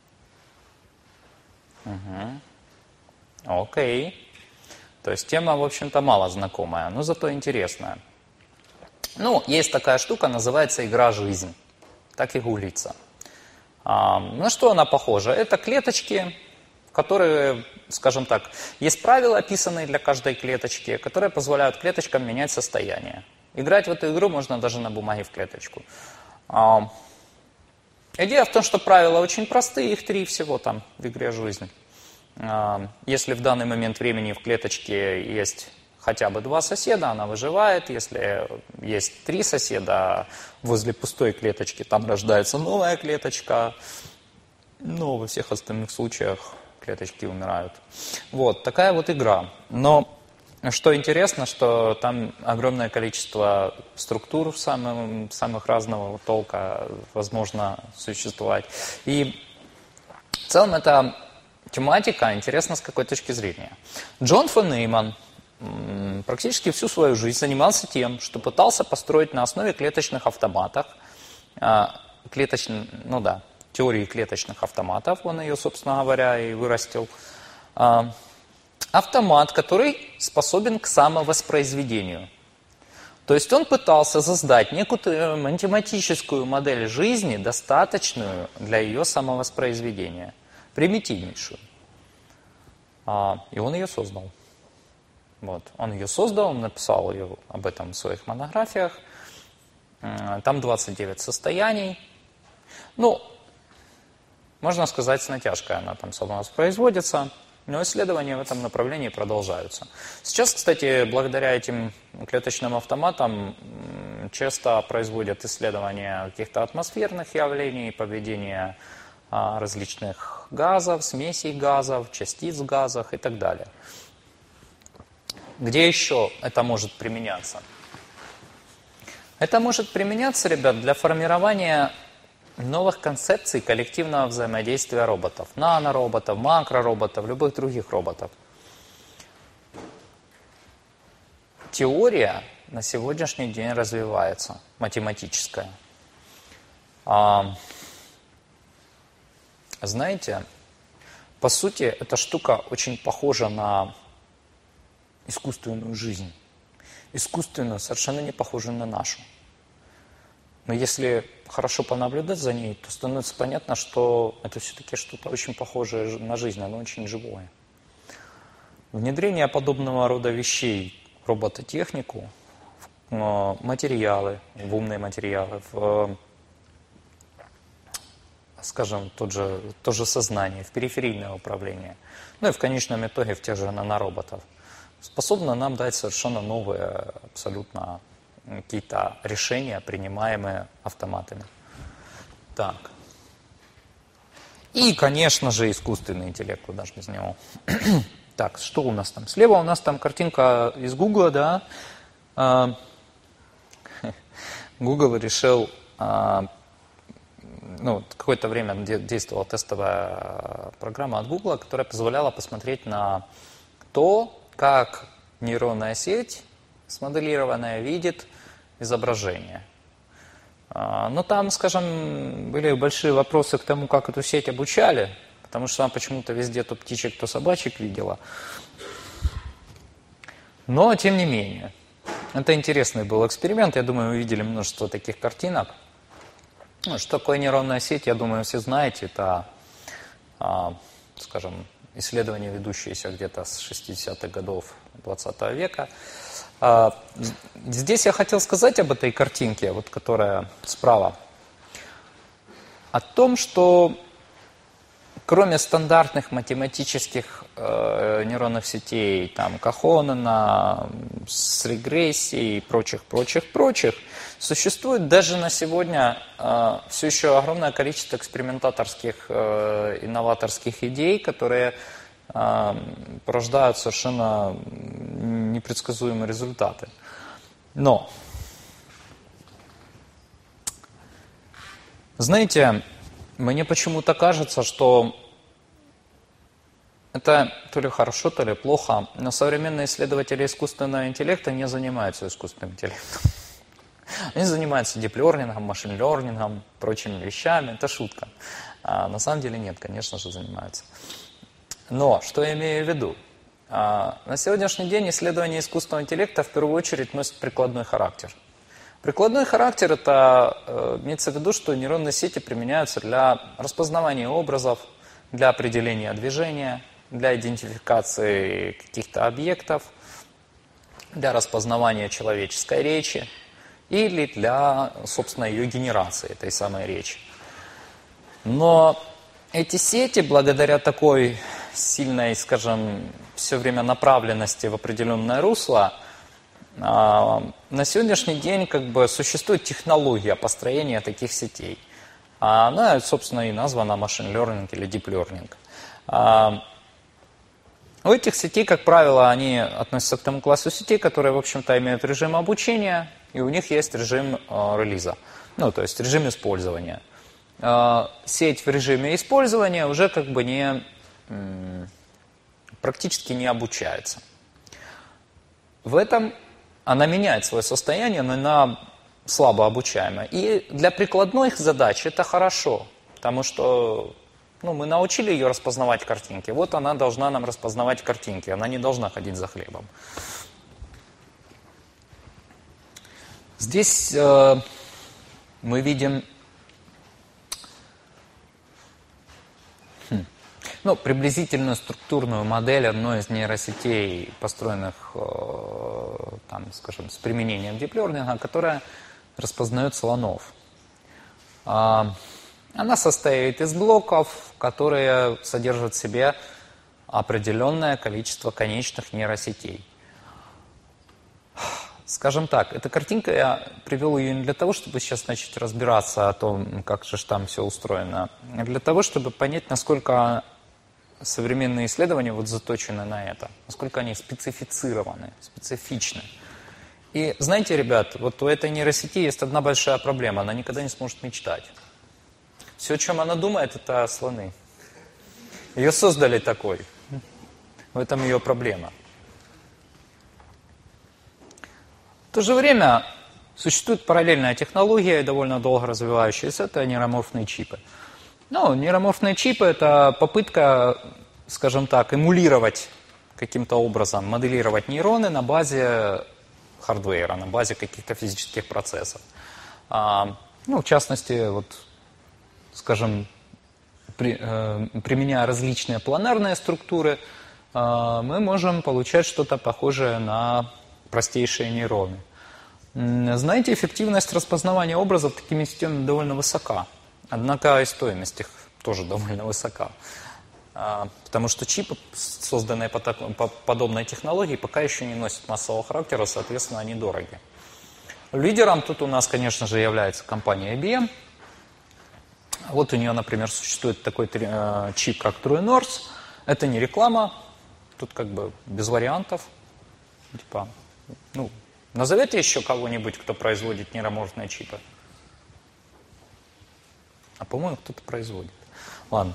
Speaker 1: Угу. Окей. То есть тема, в общем-то, мало знакомая, но зато интересная. Ну, есть такая штука, называется игра «Жизнь». Так и гуглится. А, на что она похожа? Это клеточки, которые, скажем так, есть правила, описанные для каждой клеточки, которые позволяют клеточкам менять состояние. Играть в эту игру можно даже на бумаге в клеточку. А, идея в том, что правила очень простые, их три всего там в игре «Жизнь». А, если в данный момент времени в клеточке есть хотя бы два соседа, она выживает. Если есть три соседа возле пустой клеточки, там рождается новая клеточка. Но во всех остальных случаях клеточки умирают. Вот, такая вот игра. Но что интересно, что там огромное количество структур самых, самых разного толка возможно существовать. И в целом эта тематика интересна с какой точки зрения. Джон фон Нейман практически всю свою жизнь занимался тем, что пытался построить на основе клеточных автоматов, клеточ... ну да, теории клеточных автоматов, он ее, собственно говоря, и вырастил, автомат, который способен к самовоспроизведению. То есть он пытался создать некую математическую модель жизни, достаточную для ее самовоспроизведения, примитивнейшую. И он ее создал. Вот. Он ее создал, он написал ее об этом в своих монографиях. Там двадцать девять состояний. Ну, можно сказать, с натяжкой она там самовоспроизводится, но исследования в этом направлении продолжаются. Сейчас, кстати, благодаря этим клеточным автоматам часто производят исследования каких-то атмосферных явлений, поведения различных газов, смесей газов, частиц в газах и так далее. Где еще это может применяться? Это может применяться, ребят, для формирования новых концепций коллективного взаимодействия роботов. Нанороботов, макророботов, любых других роботов. Теория на сегодняшний день развивается, математическая. А, знаете, по сути, эта штука очень похожа на искусственную жизнь. Искусственную, совершенно не похожую на нашу. Но если хорошо понаблюдать за ней, то становится понятно, что это все-таки что-то очень похожее на жизнь, оно очень живое. Внедрение подобного рода вещей в робототехнику, в материалы, в умные материалы, в, скажем, тот же, то же сознание, в периферийное управление, ну и в конечном итоге в тех же нанороботов, способно нам дать совершенно новые, абсолютно какие-то решения, принимаемые автоматами. Так. И, конечно же, искусственный интеллект, куда же без него. Так, что у нас там? Слева у нас там картинка из Гугла, да. Google решил, ну, какое-то время действовала тестовая программа от Google, которая позволяла посмотреть на то, как нейронная сеть смоделированная видит изображение. Но там, скажем, были большие вопросы к тому, как эту сеть обучали, потому что она почему-то везде то птичек, то собачек видела. Но, тем не менее, это интересный был эксперимент. Я думаю, вы видели множество таких картинок. Ну, что такое нейронная сеть, я думаю, все знаете. Это, скажем, исследования, ведущиеся где-то с шестидесятых годов двадцатого века. Здесь я хотел сказать об этой картинке, вот, которая справа. О том, что кроме стандартных математических э, нейронных сетей, там, Кахонена, с регрессией и прочих, прочих, прочих, существует даже на сегодня э, все еще огромное количество экспериментаторских, э, инноваторских идей, которые э, порождают совершенно непредсказуемые результаты. Но, знаете, мне почему-то кажется, что это то ли хорошо, то ли плохо, но современные исследователи искусственного интеллекта не занимаются искусственным интеллектом. Они занимаются дип-лернингом, машин-лернингом, прочими вещами. Это шутка. А на самом деле нет, конечно же, занимаются. Но, что я имею в виду? А, на сегодняшний день исследование искусственного интеллекта в первую очередь носит прикладной характер. Прикладной характер – это э, имеется в виду, что нейронные сети применяются для распознавания образов, для определения движения, для идентификации каких-то объектов, для распознавания человеческой речи или для, собственно, ее генерации, этой самой речи. Но эти сети, благодаря такой сильной, скажем, все время направленности в определенное русло, на сегодняшний день как бы существует технология построения таких сетей. Она, собственно, и названа machine learning или deep learning. У этих сетей, как правило, они относятся к тому классу сетей, которые, в общем-то, имеют режим обучения, и у них есть режим э, релиза, ну, то есть режим использования. Э, сеть в режиме использования уже как бы не, м, практически не обучается. В этом она меняет свое состояние, но она слабо обучаемая. И для прикладных задач это хорошо, потому что ну, мы научили ее распознавать картинки. Вот она должна нам распознавать картинки, она не должна ходить за хлебом. Здесь э, мы видим хм, ну, приблизительную структурную модель одной из нейросетей, построенных э, там, скажем, с применением дип-лернинга, которая распознает слонов. Э, она состоит из блоков, которые содержат в себе определенное количество конечных нейросетей. Скажем так, эта картинка, я привел ее не для того, чтобы сейчас начать разбираться о том, как же там все устроено, а для того, чтобы понять, насколько современные исследования вот заточены на это, насколько они специфицированы, специфичны. И знаете, ребят, вот у этой нейросети есть одна большая проблема, она никогда не сможет мечтать. Все, о чем она думает, это слоны. Ее создали такой. В этом ее проблема. В то же время существует параллельная технология, довольно долго развивающаяся, это нейроморфные чипы. Ну, нейроморфные чипы – это попытка, скажем так, эмулировать каким-то образом, моделировать нейроны на базе хардвера, на базе каких-то физических процессов. А, ну, в частности, вот, скажем, при, э, применяя различные планарные структуры, э, мы можем получать что-то похожее на простейшие нейроны. Знаете, эффективность распознавания образов такими системами довольно высока. Однако и стоимость их тоже довольно высока. Потому что чипы, созданные по, так, по подобной технологии, пока еще не носят массового характера, соответственно, они дороги. Лидером тут у нас, конечно же, является компания ай би эм. Вот у нее, например, существует такой э, чип, как True North. Это не реклама, тут как бы без вариантов. Типа, ну, назовете еще кого-нибудь, кто производит нейроморфные чипы? А по-моему, кто-то производит. Ладно.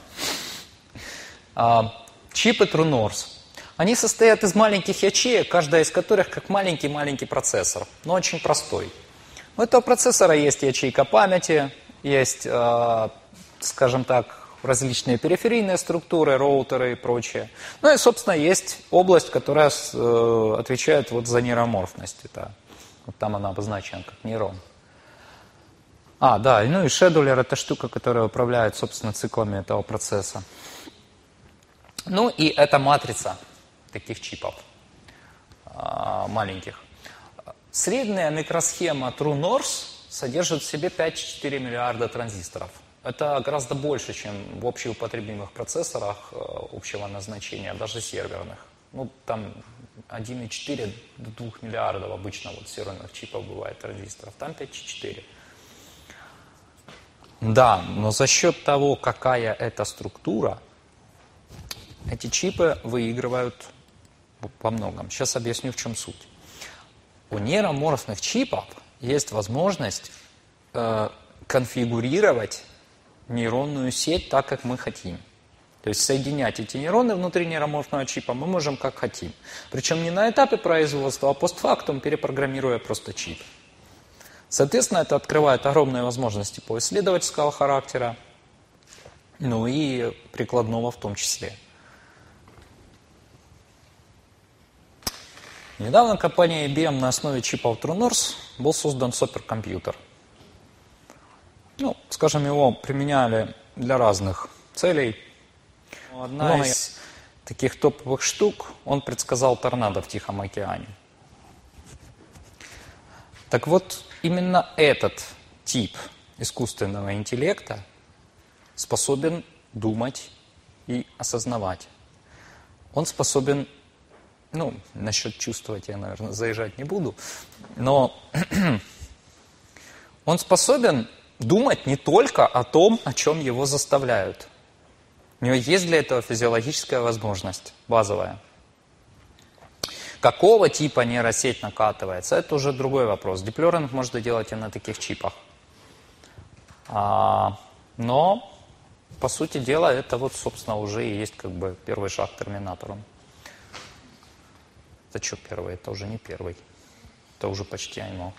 Speaker 1: А, чипы True North. Они состоят из маленьких ячеек, каждая из которых как маленький-маленький процессор, но очень простой. У этого процессора есть ячейка памяти, есть, э, скажем так, различные периферийные структуры, роутеры и прочее. Ну и, собственно, есть область, которая э, отвечает вот за нейроморфность. Это, вот там она обозначена как нейрон. А, да, ну и шедулер – это штука, которая управляет, собственно, циклами этого процесса. Ну и это матрица таких чипов э, маленьких. Средняя микросхема True North содержит в себе пять целых четыре десятых миллиарда транзисторов. Это гораздо больше, чем в общеупотребимых процессорах общего назначения, даже серверных. Ну, там один целых четыре десятых до двух миллиардов обычно вот серверных чипов бывает транзисторов. Там пять целых четыре десятых. Да, но за счет того, какая это структура, эти чипы выигрывают во многом. Сейчас объясню, в чем суть. У нейроморфных чипов есть возможность э, конфигурировать нейронную сеть так, как мы хотим. То есть соединять эти нейроны внутри нейроморфного чипа мы можем как хотим. Причем не на этапе производства, а постфактум, перепрограммируя просто чип. Соответственно, это открывает огромные возможности по исследовательского характера, ну и прикладного в том числе. Недавно компанией ай би эм на основе чипов True North был создан суперкомпьютер. Ну, скажем, его применяли для разных целей. Одна Но из таких топовых штук, он предсказал торнадо в Тихом океане. Так вот, именно этот тип искусственного интеллекта способен думать и осознавать. Он способен... Ну, насчет чувствовать я, наверное, заезжать не буду, но он способен думать не только о том, о чем его заставляют. У него есть для этого физиологическая возможность, базовая. Какого типа нейросеть накатывается, это уже другой вопрос. Дип-лернинг можно делать и на таких чипах. А, но, по сути дела, это вот, собственно, уже и есть как бы первый шаг к терминатору. Это что первый? Это уже не первый. Это уже почти ай эм о.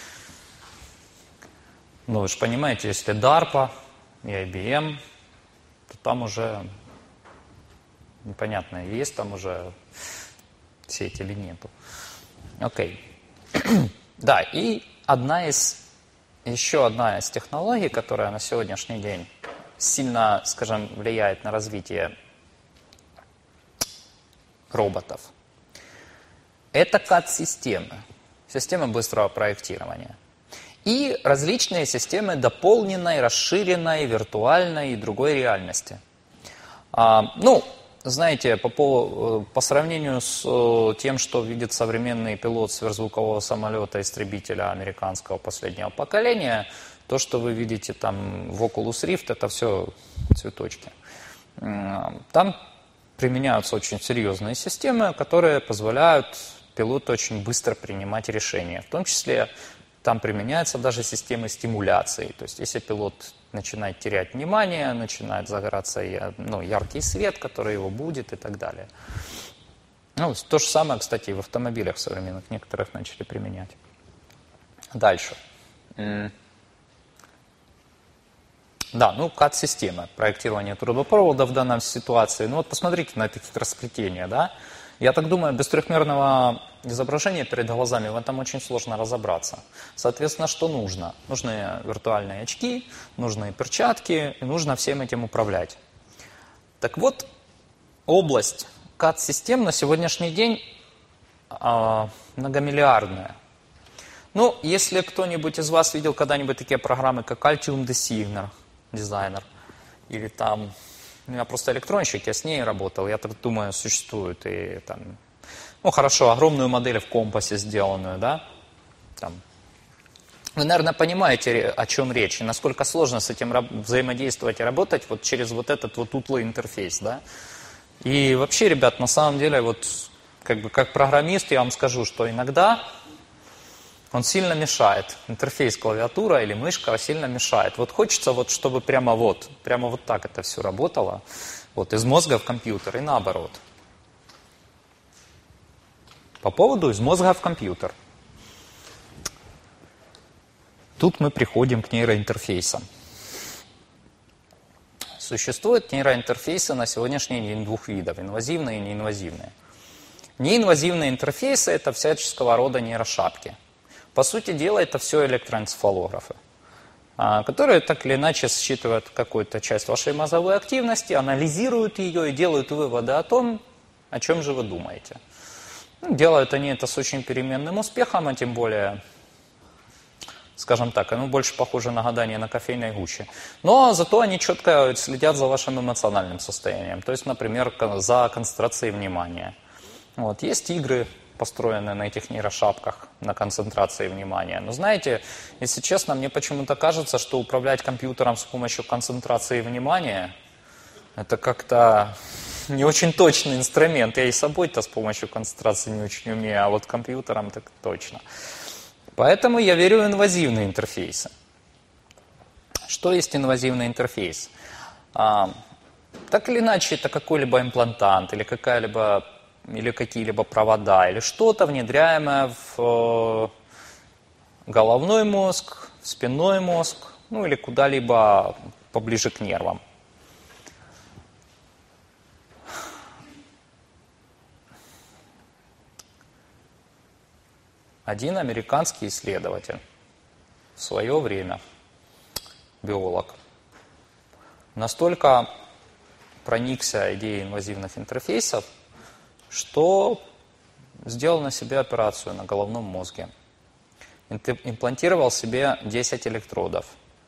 Speaker 1: Ну, вы же понимаете, если дарпа и ай би эм, то там уже непонятно, есть там уже сеть или нету. Окей. Да, и одна из, еще одна из технологий, которая на сегодняшний день сильно, скажем, влияет на развитие роботов, это кад-системы, системы быстрого проектирования. И различные системы дополненной, расширенной, виртуальной и другой реальности. А, ну, знаете, по, по, по сравнению с тем, что видит современный пилот сверхзвукового самолета, истребителя американского последнего поколения, то, что вы видите там в Oculus Rift, это все цветочки. Там применяются очень серьезные системы, которые позволяют пилоту очень быстро принимать решения. В том числе там применяются даже системы стимуляции. То есть если пилот начинает терять внимание, начинает загораться ну, яркий свет, который его будет и так далее. Ну, то же самое, кстати, и в автомобилях современных некоторых начали применять. Дальше. Да, ну, кад-система, проектирование трубопровода в данной ситуации. Ну, вот посмотрите на это хитросплетение, да. Я так думаю, без трехмерного изображения перед глазами в этом очень сложно разобраться. Соответственно, что нужно? Нужны виртуальные очки, нужны перчатки, и нужно всем этим управлять. Так вот, область кад-систем на сегодняшний день э, многомиллиардная. Ну, если кто-нибудь из вас видел когда-нибудь такие программы, как Altium Designer, Designer, или там... Я просто электронщик, я с ней работал, я так думаю, существует и там, ну хорошо, огромную модель в компасе сделанную, да, там, Вы, наверное, понимаете, о чем речь, и насколько сложно с этим взаимодействовать и работать вот через вот этот вот утлый интерфейс, да. И вообще, ребят, на самом деле, вот как бы как программист я вам скажу, что иногда он сильно мешает. Интерфейс клавиатура или мышка сильно мешает. Вот хочется, вот, чтобы прямо вот, прямо вот так это все работало, вот из мозга в компьютер и наоборот. По поводу из мозга в компьютер. Тут мы приходим к нейроинтерфейсам. Существуют нейроинтерфейсы на сегодняшний день двух видов, инвазивные и неинвазивные. Неинвазивные интерфейсы – это всяческого рода нейрошапки. По сути дела, это все электроэнцефалографы, которые так или иначе считывают какую-то часть вашей мозговой активности, анализируют ее и делают выводы о том, о чем же вы думаете. Делают они это с очень переменным успехом, а тем более, скажем так, оно больше похоже на гадание на кофейной гуще. Но зато они четко следят за вашим эмоциональным состоянием, то есть, например, за концентрацией внимания. Вот. Есть игры, построенные на этих нейрошапках, на концентрации внимания. Но знаете, если честно, мне почему-то кажется, что управлять компьютером с помощью концентрации внимания это как-то не очень точный инструмент. Я и собой-то с помощью концентрации не очень умею, а вот компьютером так точно. Поэтому я верю в инвазивные интерфейсы. Что есть инвазивный интерфейс? А, так или иначе, это какой-либо имплантант или какая-либо или какие-либо провода, или что-то внедряемое в головной мозг, в спинной мозг, ну или куда-либо поближе к нервам. Один американский исследователь в свое время, биолог, настолько проникся идеей инвазивных интерфейсов, что сделал на себе операцию на головном мозге. Имплантировал себе десять электродов.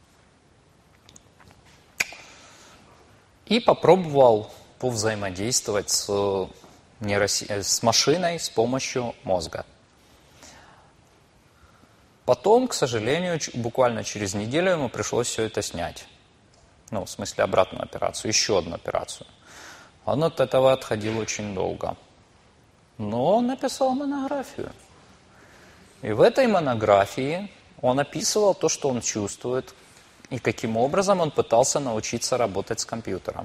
Speaker 1: И попробовал повзаимодействовать с, нейроси... с машиной с помощью мозга. Потом, к сожалению, буквально через неделю ему пришлось все это снять. Ну, в смысле, обратную операцию, еще одну операцию. Он от этого отходил очень долго. Но он написал монографию. И в этой монографии он описывал то, что он чувствует, и каким образом он пытался научиться работать с компьютером.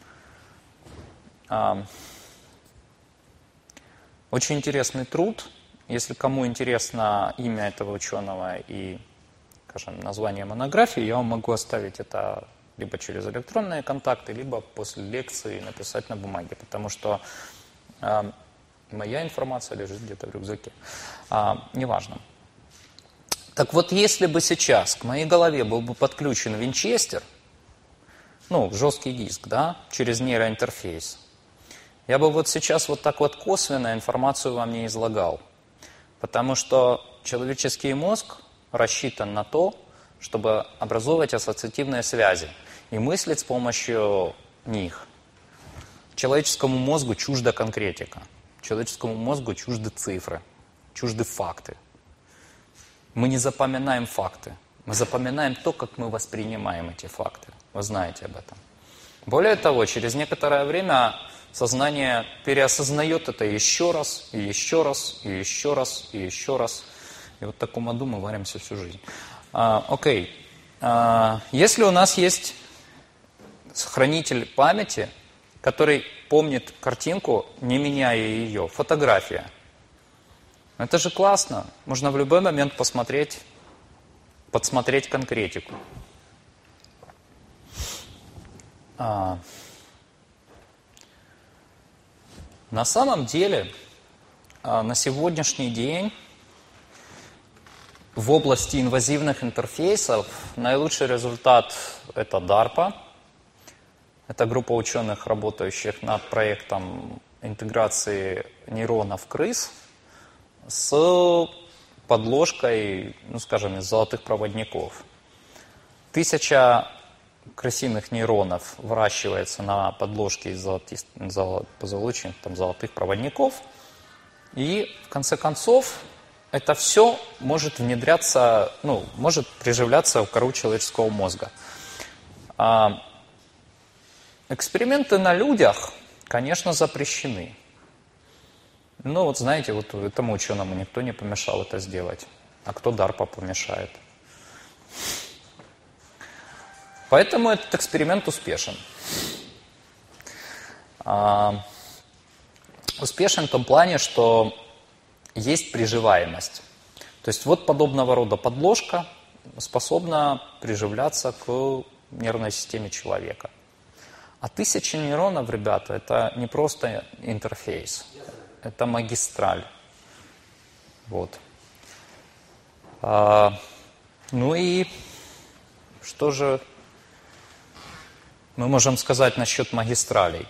Speaker 1: Очень интересный труд. Если кому интересно имя этого ученого и, скажем, название монографии, я вам могу оставить это либо через электронные контакты, либо после лекции написать на бумаге, потому что э, моя информация лежит где-то в рюкзаке. А, неважно. Так вот, если бы сейчас к моей голове был бы подключен винчестер, ну, жесткий диск, да, через нейроинтерфейс, я бы вот сейчас вот так вот косвенно информацию вам не излагал. Потому что человеческий мозг рассчитан на то, чтобы образовывать ассоциативные связи и мыслить с помощью них. Человеческому мозгу чужда конкретика. Человеческому мозгу чужды цифры, чужды факты. Мы не запоминаем факты. Мы запоминаем то, как мы воспринимаем эти факты. Вы знаете об этом. Более того, через некоторое время сознание переосознает это еще раз, и еще раз, и еще раз, и еще раз. И вот в таком аду мы варимся всю жизнь. А, окей. А, если у нас есть хранитель памяти, который помнит картинку, не меняя ее, фотография. Это же классно. Можно в любой момент посмотреть, подсмотреть конкретику. А, на самом деле, а, на сегодняшний день в области инвазивных интерфейсов наилучший результат – это DARPA. Это группа ученых, работающих над проектом интеграции нейронов крыс с подложкой, ну скажем, из золотых проводников. Тысяча крысиных нейронов выращивается на подложке из золотих, позолоченных там, золотых проводников. И в конце концов это все может внедряться, ну, может приживляться в кору человеческого мозга. А эксперименты на людях, конечно, запрещены. Но вот знаете, вот этому ученому никто не помешал это сделать. А кто DARPA помешает? Поэтому этот эксперимент успешен. А, успешен в том плане, что есть приживаемость. То есть вот подобного рода подложка способна приживляться к нервной системе человека. А тысячи нейронов, ребята, это не просто интерфейс, это магистраль. Вот. А, ну и что же мы можем сказать насчет магистралей?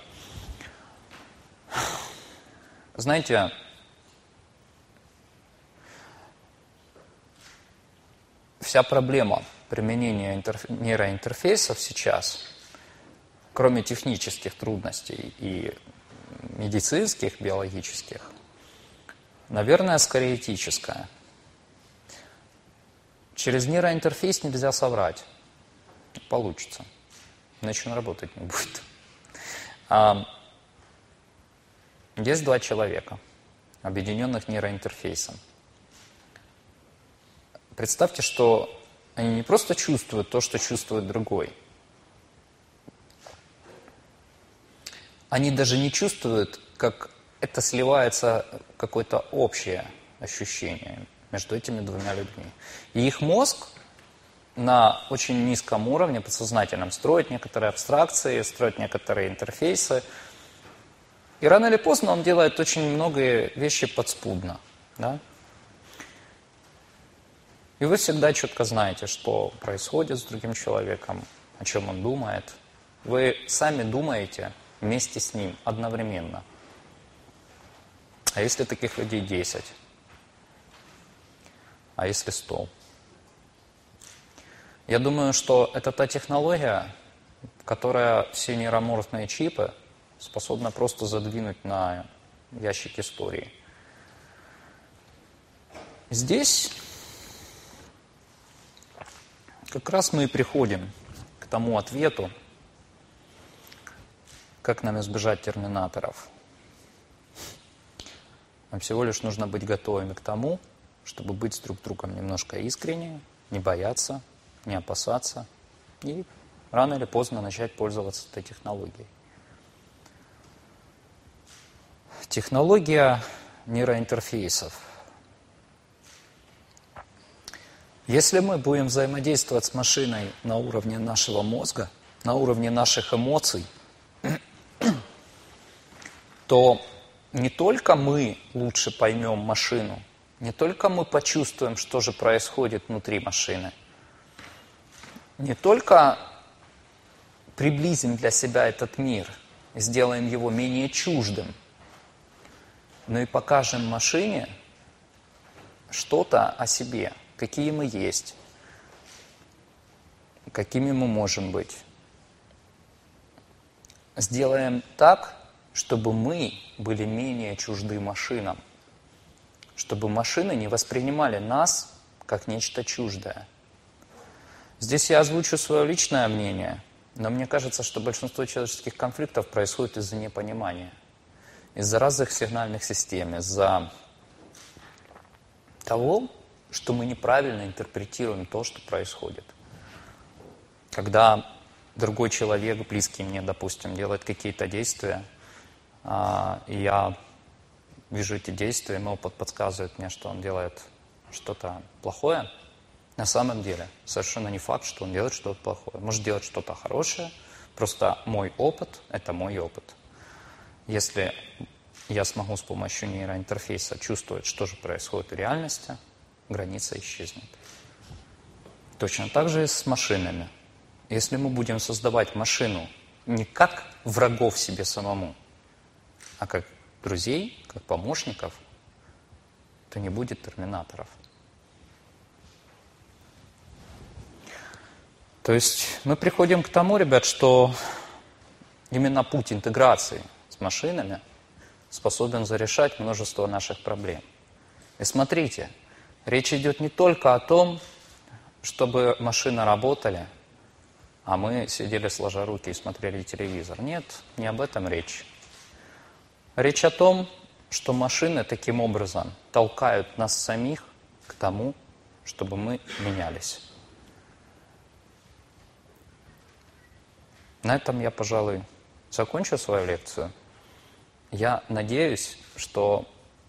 Speaker 1: Знаете, вся проблема применения интерф... нейроинтерфейсов сейчас, кроме технических трудностей и медицинских, биологических, наверное, скорее этическая. Через нейроинтерфейс нельзя соврать. Получится. Иначе он работать не будет. А, есть два человека, объединенных нейроинтерфейсом. Представьте, что они не просто чувствуют то, что чувствует другой. Они даже не чувствуют, как это сливается в какое-то общее ощущение между этими двумя людьми. И их мозг на очень низком уровне, подсознательном, строит некоторые абстракции, строит некоторые интерфейсы. И рано или поздно он делает очень многие вещи подспудно. Да? И вы всегда четко знаете, что происходит с другим человеком, о чем он думает. Вы сами думаете вместе с ним одновременно. А если таких людей десять? А если сто? Я думаю, что это та технология, которая все нейроморфные чипы способна просто задвинуть на ящик истории. Здесь как раз мы и приходим к тому ответу, как нам избежать терминаторов. Нам всего лишь нужно быть готовыми к тому, чтобы быть с друг другом немножко искреннее, не бояться, не опасаться и рано или поздно начать пользоваться этой технологией. Технология нейроинтерфейсов. Если мы будем взаимодействовать с машиной на уровне нашего мозга, на уровне наших эмоций, то не только мы лучше поймем машину, не только мы почувствуем, что же происходит внутри машины, не только приблизим для себя этот мир, сделаем его менее чуждым, но и покажем машине что-то о себе, какие мы есть, какими мы можем быть. Сделаем так, чтобы мы были менее чужды машинам, чтобы машины не воспринимали нас как нечто чуждое. Здесь я озвучу свое личное мнение, но мне кажется, что большинство человеческих конфликтов происходит из-за непонимания, из-за разных сигнальных систем, из-за того, что мы неправильно интерпретируем то, что происходит. Когда другой человек, близкий мне, допустим, делает какие-то действия, и я вижу эти действия, мой опыт подсказывает мне, что он делает что-то плохое, на самом деле совершенно не факт, что он делает что-то плохое. Может делать что-то хорошее, просто мой опыт – это мой опыт. Если я смогу с помощью нейроинтерфейса чувствовать, что же происходит в реальности, граница исчезнет. Точно так же и с машинами. Если мы будем создавать машину не как врагов себе самому, а как друзей, как помощников, то не будет терминаторов. То есть мы приходим к тому, ребят, что именно путь интеграции с машинами способен зарешать множество наших проблем. И смотрите, Речь идет не только о том, чтобы машины работали, а мы сидели сложа руки и смотрели телевизор. Нет, не об этом речь. Речь о том, что машины таким образом толкают нас самих к тому, чтобы мы менялись. На этом я, пожалуй, закончу свою лекцию. Я надеюсь, что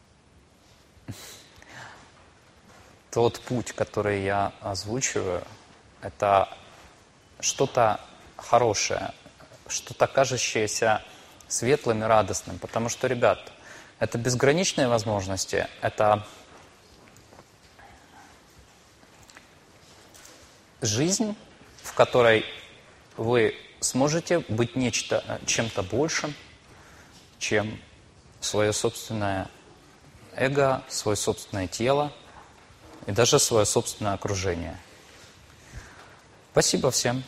Speaker 1: тот путь, который я озвучиваю, это что-то хорошее, что-то кажущееся светлым и радостным. Потому что, ребят, это безграничные возможности, это жизнь, в которой вы сможете быть нечто, чем-то большим, чем свое собственное эго, свое собственное тело и даже свое собственное окружение. Спасибо всем.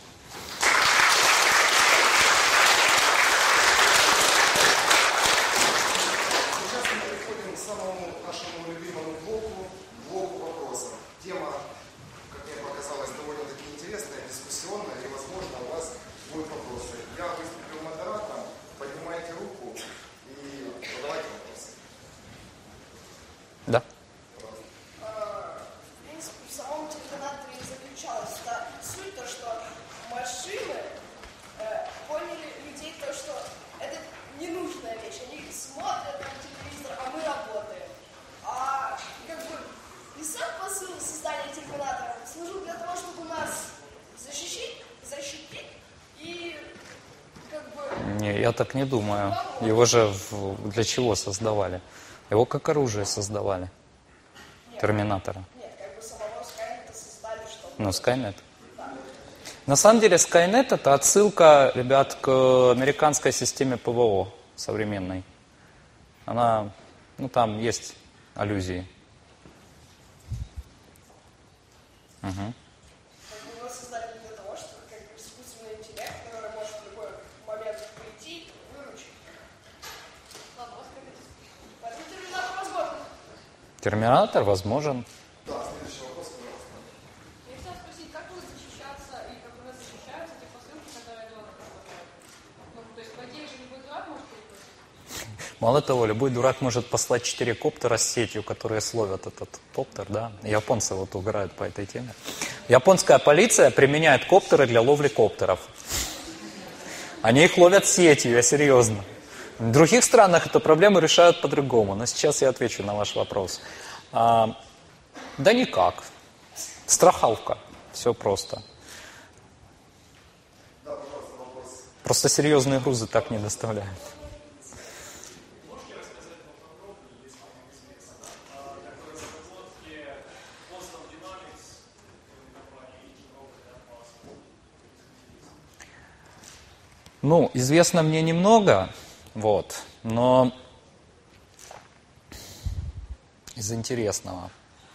Speaker 2: Сейчас мы переходим к самому нашему любимому блоку, блоку вопросов. Тема, как мне показалось, довольно-таки интересная, дискуссионная, и, возможно, у вас будут вопросы. Я выступлю модератором, поднимайте руку и задавайте вопросы.
Speaker 1: Да.
Speaker 3: В принципе, в самом терминаторе и заключалась та суть, то, что машины э, поняли людей, то, что это ненужная вещь. Они смотрят на телевизор, а мы работаем. А как бы и сам посыл создания терминатора служил для того, чтобы нас защитить, защитить и как бы...
Speaker 1: Не, я так не думаю. Его же в- для чего создавали? Его как оружие создавали. Терминатора.
Speaker 3: Нет, как бы самого Скайнета создали, чтобы...
Speaker 1: Ну, Skynet. На самом деле Skynet — это отсылка, ребят, к американской системе ПВО современной. Она, ну там есть аллюзии. Угу.
Speaker 3: Как бы его создали для того, чтобы как бы искусственный интеллект, который может в любой момент прийти, выручить. Ладно, у вас как это? Поэтому терминатор возможен.
Speaker 1: Терминатор возможен.
Speaker 2: Да, следующий вопрос, пожалуйста.
Speaker 4: Я хотела спросить, как будут защищаться и как у нас защищаются те посылки, которые дурак посылает? Ну, то есть, по идее же, любой дурак может перепостить?
Speaker 1: Мало того, любой дурак может послать четыре коптера с сетью, которые словят этот коптер, да. Японцы вот угорают по этой теме. Японская полиция применяет коптеры для ловли коптеров. Они их ловят сетью, я серьезно. В других странах эту проблему решают по-другому, но сейчас я отвечу на ваш вопрос. А, да никак. Страховка. Все просто. Просто серьезные грузы так не доставляют. Ну, известно мне немного, вот, но из интересного.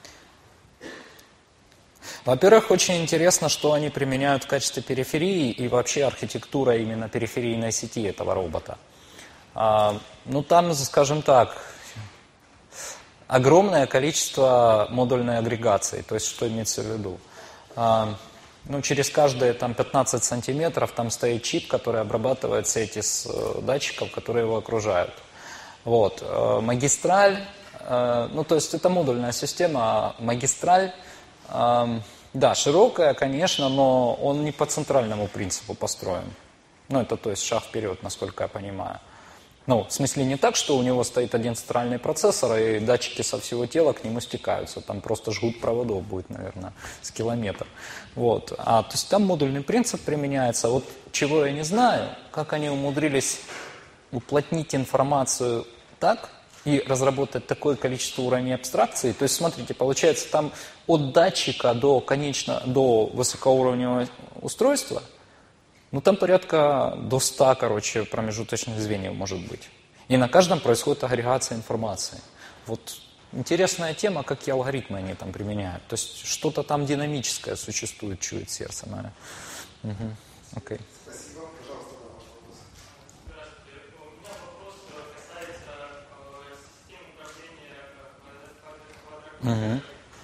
Speaker 1: Во-первых, очень интересно, что они применяют в качестве периферии и вообще архитектура именно периферийной сети этого робота. А, ну, там, скажем так, огромное количество модульной агрегации. То есть, что имеется в виду? А, ну, через каждые там, пятнадцать сантиметров там стоит чип, который обрабатывает сети с э, датчиков, которые его окружают. Вот. Э, магистраль, э, ну, то есть, это модульная система, а магистраль, э, да, широкая, конечно, но он не по центральному принципу построен. Ну, это, то есть, шаг вперед, насколько я понимаю. Ну, в смысле не так, что у него стоит один центральный процессор, и датчики со всего тела к нему стекаются. Там просто жгут проводов будет, наверное, с километр. Вот. А, то есть там модульный принцип применяется. Вот чего я не знаю, как они умудрились уплотнить информацию так и разработать такое количество уровней абстракции. То есть, смотрите, получается, там от датчика до, конечно, до высокоуровневого устройства, ну, там порядка до ста, короче, промежуточных звеньев может быть. И на каждом происходит агрегация информации. Вот интересная тема, какие алгоритмы они там применяют. То есть что-то там динамическое существует, чует сердце мое. Угу. Окей.
Speaker 2: Спасибо. Пожалуйста, да, ваш вопрос.
Speaker 5: Здравствуйте. У меня вопрос касается э, системы управления квадратами.
Speaker 1: Угу.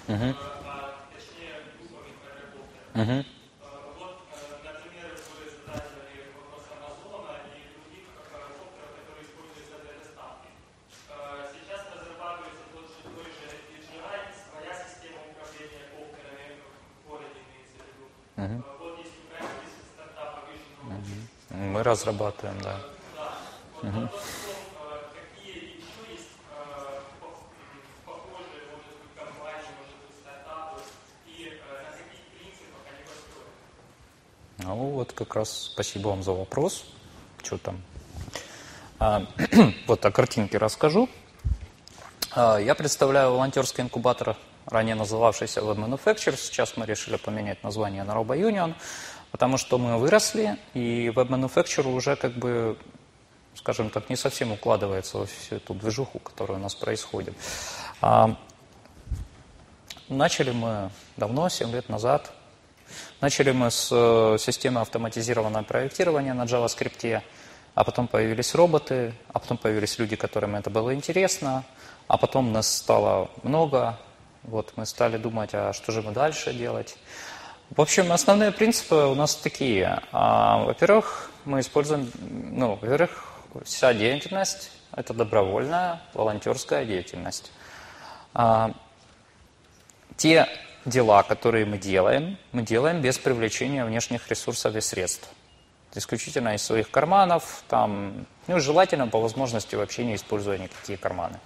Speaker 1: Мгм.
Speaker 5: а точнее группами квадрокоптеров.
Speaker 1: Мгм.
Speaker 5: Вот, например, вы задали вопрос Амазона и других квадрокоптеров, которые используются для доставки. Сейчас разрабатывается тот же, той же ди джей ай, своя система управления коптерами в городе, имеется в виду.
Speaker 1: Мгм.
Speaker 5: Вот есть украинский стартап Vision Robotics.
Speaker 1: Мы разрабатываем, да.
Speaker 5: Да. Вот
Speaker 1: Мгм.
Speaker 5: вопрос в том, э, какие еще есть э, по- м, похожие, может быть, компании, может быть, стартапы, и э, на каких принципах они построены.
Speaker 1: Ну вот как раз спасибо вам за вопрос. Что там? А, вот о картинке расскажу. А, я представляю волонтерский инкубатор, ранее называвшийся Web Manufacture. Сейчас мы решили поменять название на Robo Union, потому что мы выросли, и Web Manufacture уже как бы, скажем так, не совсем укладывается во всю эту движуху, которая у нас происходит. А, начали мы давно, семь лет назад. Начали мы с э, системы автоматизированного проектирования на JavaScript, а потом появились роботы, а потом появились люди, которым это было интересно, а потом нас стало много. Вот мы стали думать, а что же мы дальше делать. В общем, основные принципы у нас такие. А, во-первых, мы используем, ну, во-первых, вся деятельность – это добровольная волонтерская деятельность. А, те дела, которые мы делаем, мы делаем без привлечения внешних ресурсов и средств. Исключительно из своих карманов, там, ну, желательно по возможности вообще не используя никакие карманы.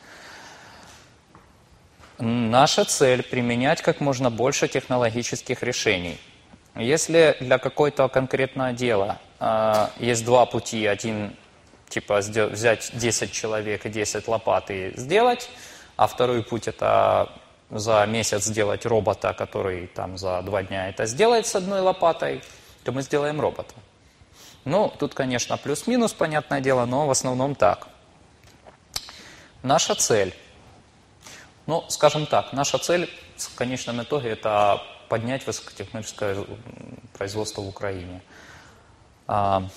Speaker 1: Наша цель – применять как можно больше технологических решений. Если для какой-то конкретного дела э, есть два пути, один типа взять десять человек и десять лопат и сделать, а второй путь – это за месяц сделать робота, который там за два дня это сделает с одной лопатой, то мы сделаем робота. Ну, тут, конечно, плюс-минус, понятное дело, но в основном так. Наша цель. Ну, скажем так, наша цель в конечном итоге – это поднять высокотехнологическое производство в Украине. А,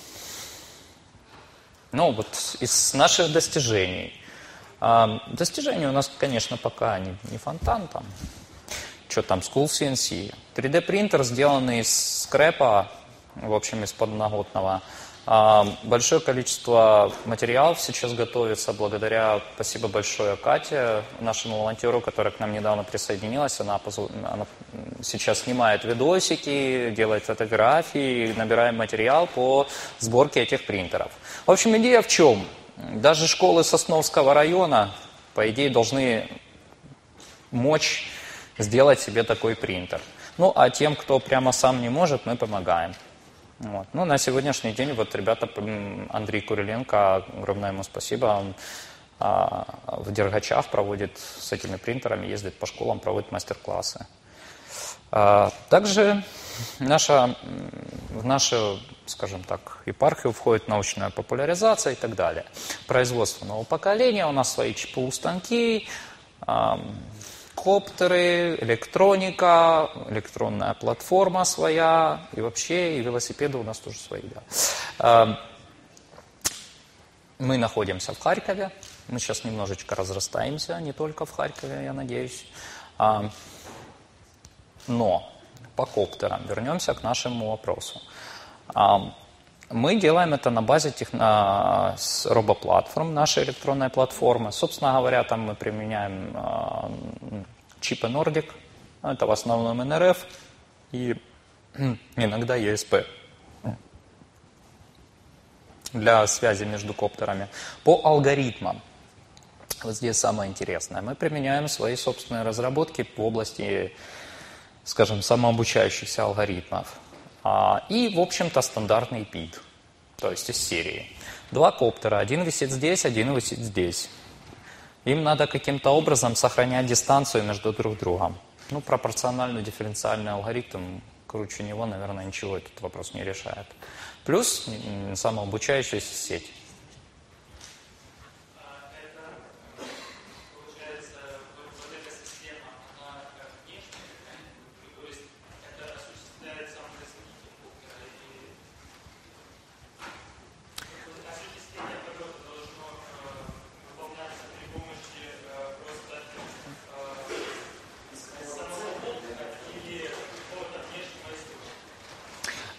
Speaker 1: ну, вот из наших достижений. А, достижения у нас, конечно, пока не, не фонтан там. Что там, School си эн си. три дэ принтер, сделанный из скрэпа, в общем, из подноготного. Большое количество материалов сейчас готовится благодаря, спасибо большое Кате, нашему волонтеру, которая к нам недавно присоединилась. Она, она сейчас снимает видосики, делает фотографии, набираем материал по сборке этих принтеров. В общем, идея в чем? Даже школы Сосновского района, по идее, должны мочь сделать себе такой принтер. Ну, а тем, кто прямо сам не может, мы помогаем. Вот. Ну, на сегодняшний день вот ребята, Андрей Куриленко, огромное ему спасибо, он а, в Дергачах проводит с этими принтерами, ездит по школам, проводит мастер-классы. А, также наша, в нашу, скажем так, епархию входит научная популяризация и так далее. Производство нового поколения, у нас свои ЧПУ-станки, а, коптеры, электроника, электронная платформа своя, и вообще, и велосипеды у нас тоже свои, да. Мы находимся в Харькове, мы сейчас немножечко разрастаемся, не только в Харькове, я надеюсь. Но по коптерам вернемся к нашему вопросу. Мы делаем это на базе техно... робоплатформ, нашей электронной платформы. Собственно говоря, там мы применяем э, чипы Nordic, это в основном эн эр эф и иногда и эс пи для связи между коптерами. По алгоритмам, вот здесь самое интересное, мы применяем свои собственные разработки в области, скажем, самообучающихся алгоритмов. И, в общем-то, стандартный пид, то есть из серии. Два коптера, один висит здесь, один висит здесь. Им надо каким-то образом сохранять дистанцию между друг другом. Ну, пропорциональный дифференциальный алгоритм, круче него, наверное, ничего этот вопрос не решает. Плюс самообучающаяся сеть.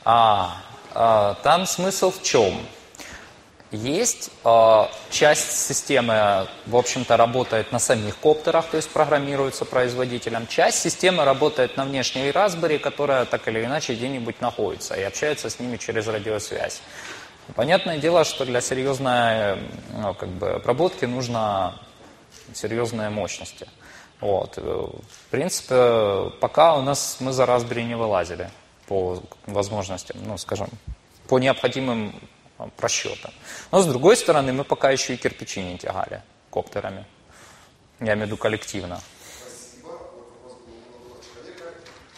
Speaker 1: А, а, там смысл в чем? Есть а, часть системы, в общем-то, работает на самих коптерах, то есть программируется производителем. Часть системы работает на внешней Raspberry, которая так или иначе где-нибудь находится и общается с ними через радиосвязь. Понятное дело, что для серьезной, ну, как бы, обработки нужно серьезные мощности. Вот. В принципе, пока у нас мы за Raspberry не вылазили по возможностям, ну, скажем, по необходимым просчетам. Но, с другой стороны, мы пока еще и кирпичи не тягали коптерами. Я имею в виду коллективно.
Speaker 2: Спасибо. Вот вопрос был у молодого человека.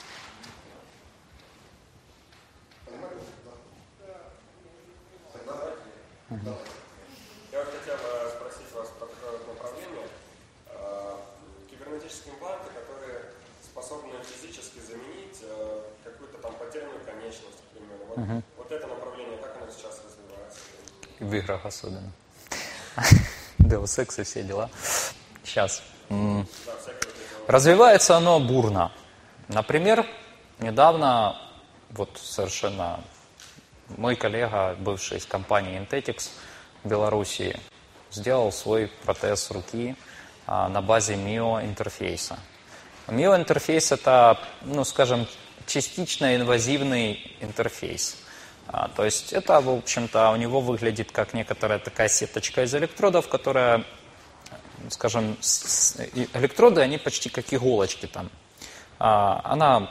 Speaker 2: Понимаете? Да. Тогда давайте.
Speaker 6: Я вот хотел э, спросить вас про такое вот направление. Э, кибернетические импланты, которые способны физически заменить э, какую-то там потерянную конечность, к примеру. Вот,
Speaker 1: Угу.
Speaker 6: вот это направление, как оно сейчас развивается?
Speaker 1: В играх особенно. Deus Ex и все дела. Сейчас. М.
Speaker 6: Да, всякие вот эти вот.
Speaker 1: Развивается оно бурно. Например, недавно, вот совершенно мой коллега, бывший из компании Inthetix в Белоруссии, сделал свой протез руки а, на базе мио-интерфейса. Мио-интерфейс – это, ну, скажем, частично инвазивный интерфейс. А, то есть это, в общем-то, у него выглядит как некоторая такая сеточка из электродов, которая, скажем, с, с, электроды, они почти как иголочки там. А, она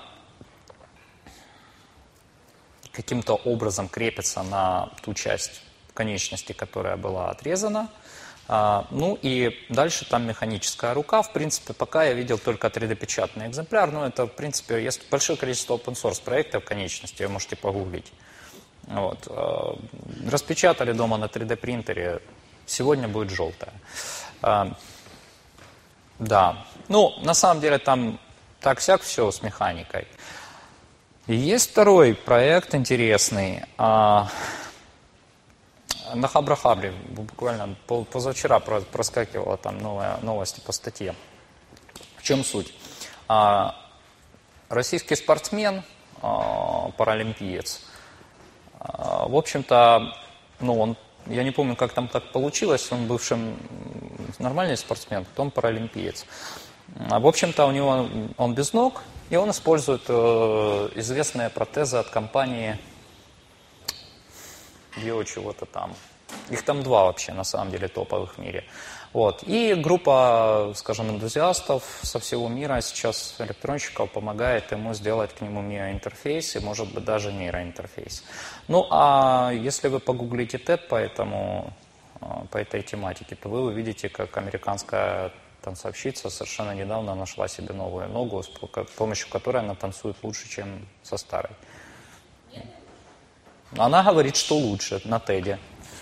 Speaker 1: каким-то образом крепится на ту часть конечности, которая была отрезана. А, ну и дальше там механическая рука. В принципе, пока я видел только три дэ-печатный экземпляр, но это, в принципе, есть большое количество open-source проектов конечности, вы можете погуглить. Вот. Распечатали дома на три дэ-принтере, сегодня будет желтая. А, да, ну, на самом деле там так-сяк все с механикой. И есть второй проект интересный. А, на Хабра-Хабре, буквально позавчера проскакивала там новая новость по статье. В чем суть? А, российский спортсмен, а, паралимпиец, а, в общем-то, ну, он, я не помню, как там так получилось, он бывший нормальный спортсмен, потом паралимпиец. А, в общем-то, у него он без ног, и он использует э, известные протезы от компании Био чего-то там. Их там два вообще, на самом деле, топовых в мире. Вот. И группа, скажем, энтузиастов со всего мира сейчас, электронщиков, помогает ему сделать к нему миоинтерфейс и, может быть, даже нейроинтерфейс. Ну, а если вы погуглите тед по этому, по этой тематике, то вы увидите, как американская танцовщица совершенно недавно нашла себе новую ногу, с помощью которой она танцует лучше, чем со старой. Она говорит, что лучше на теде.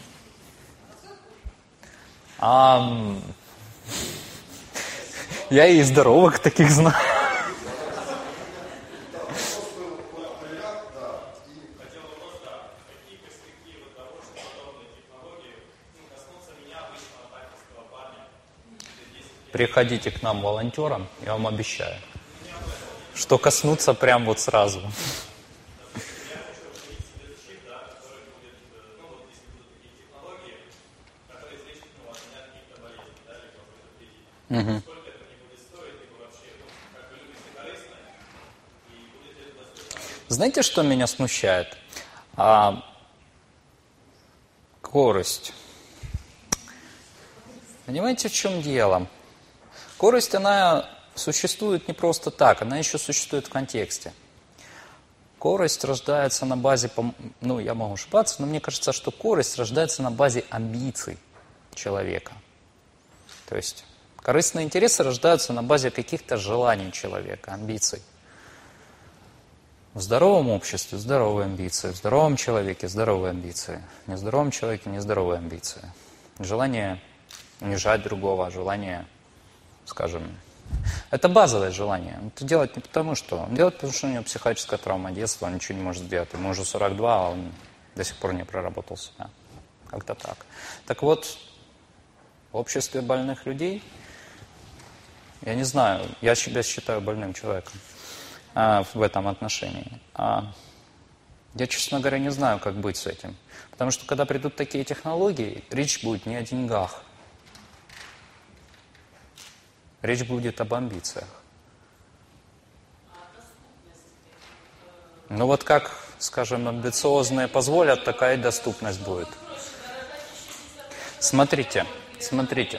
Speaker 1: А, я и здоровых таких знаю. Приходите к нам волонтерам, я вам обещаю, что коснуться прям вот сразу. Угу. Знаете, что меня смущает? А, скорость. Понимаете, в чем дело? Скорость, она существует не просто так, она еще существует в контексте. Скорость рождается на базе, ну, я могу ошибаться, но мне кажется, что скорость рождается на базе амбиций человека. То есть корыстные интересы рождаются на базе каких-то желаний человека, амбиций. В здоровом обществе здоровые амбиции, в здоровом человеке здоровые амбиции, в нездоровом человеке нездоровые амбиции. Желание унижать другого, желание, скажем, это базовое желание. Это делать не потому, что... Он делает, потому что у него психическая травма детства, он ничего не может сделать. Ему уже сорок два, а он до сих пор не проработал себя. Как-то так. Так вот, в обществе больных людей, я не знаю, я себя считаю больным человеком а, в этом отношении. А, Я, честно говоря, не знаю, как быть с этим. Потому что, когда придут такие технологии, речь будет не о деньгах. Речь будет об амбициях. Ну вот как, скажем, амбициозные позволят, такая и доступность будет. Смотрите, смотрите.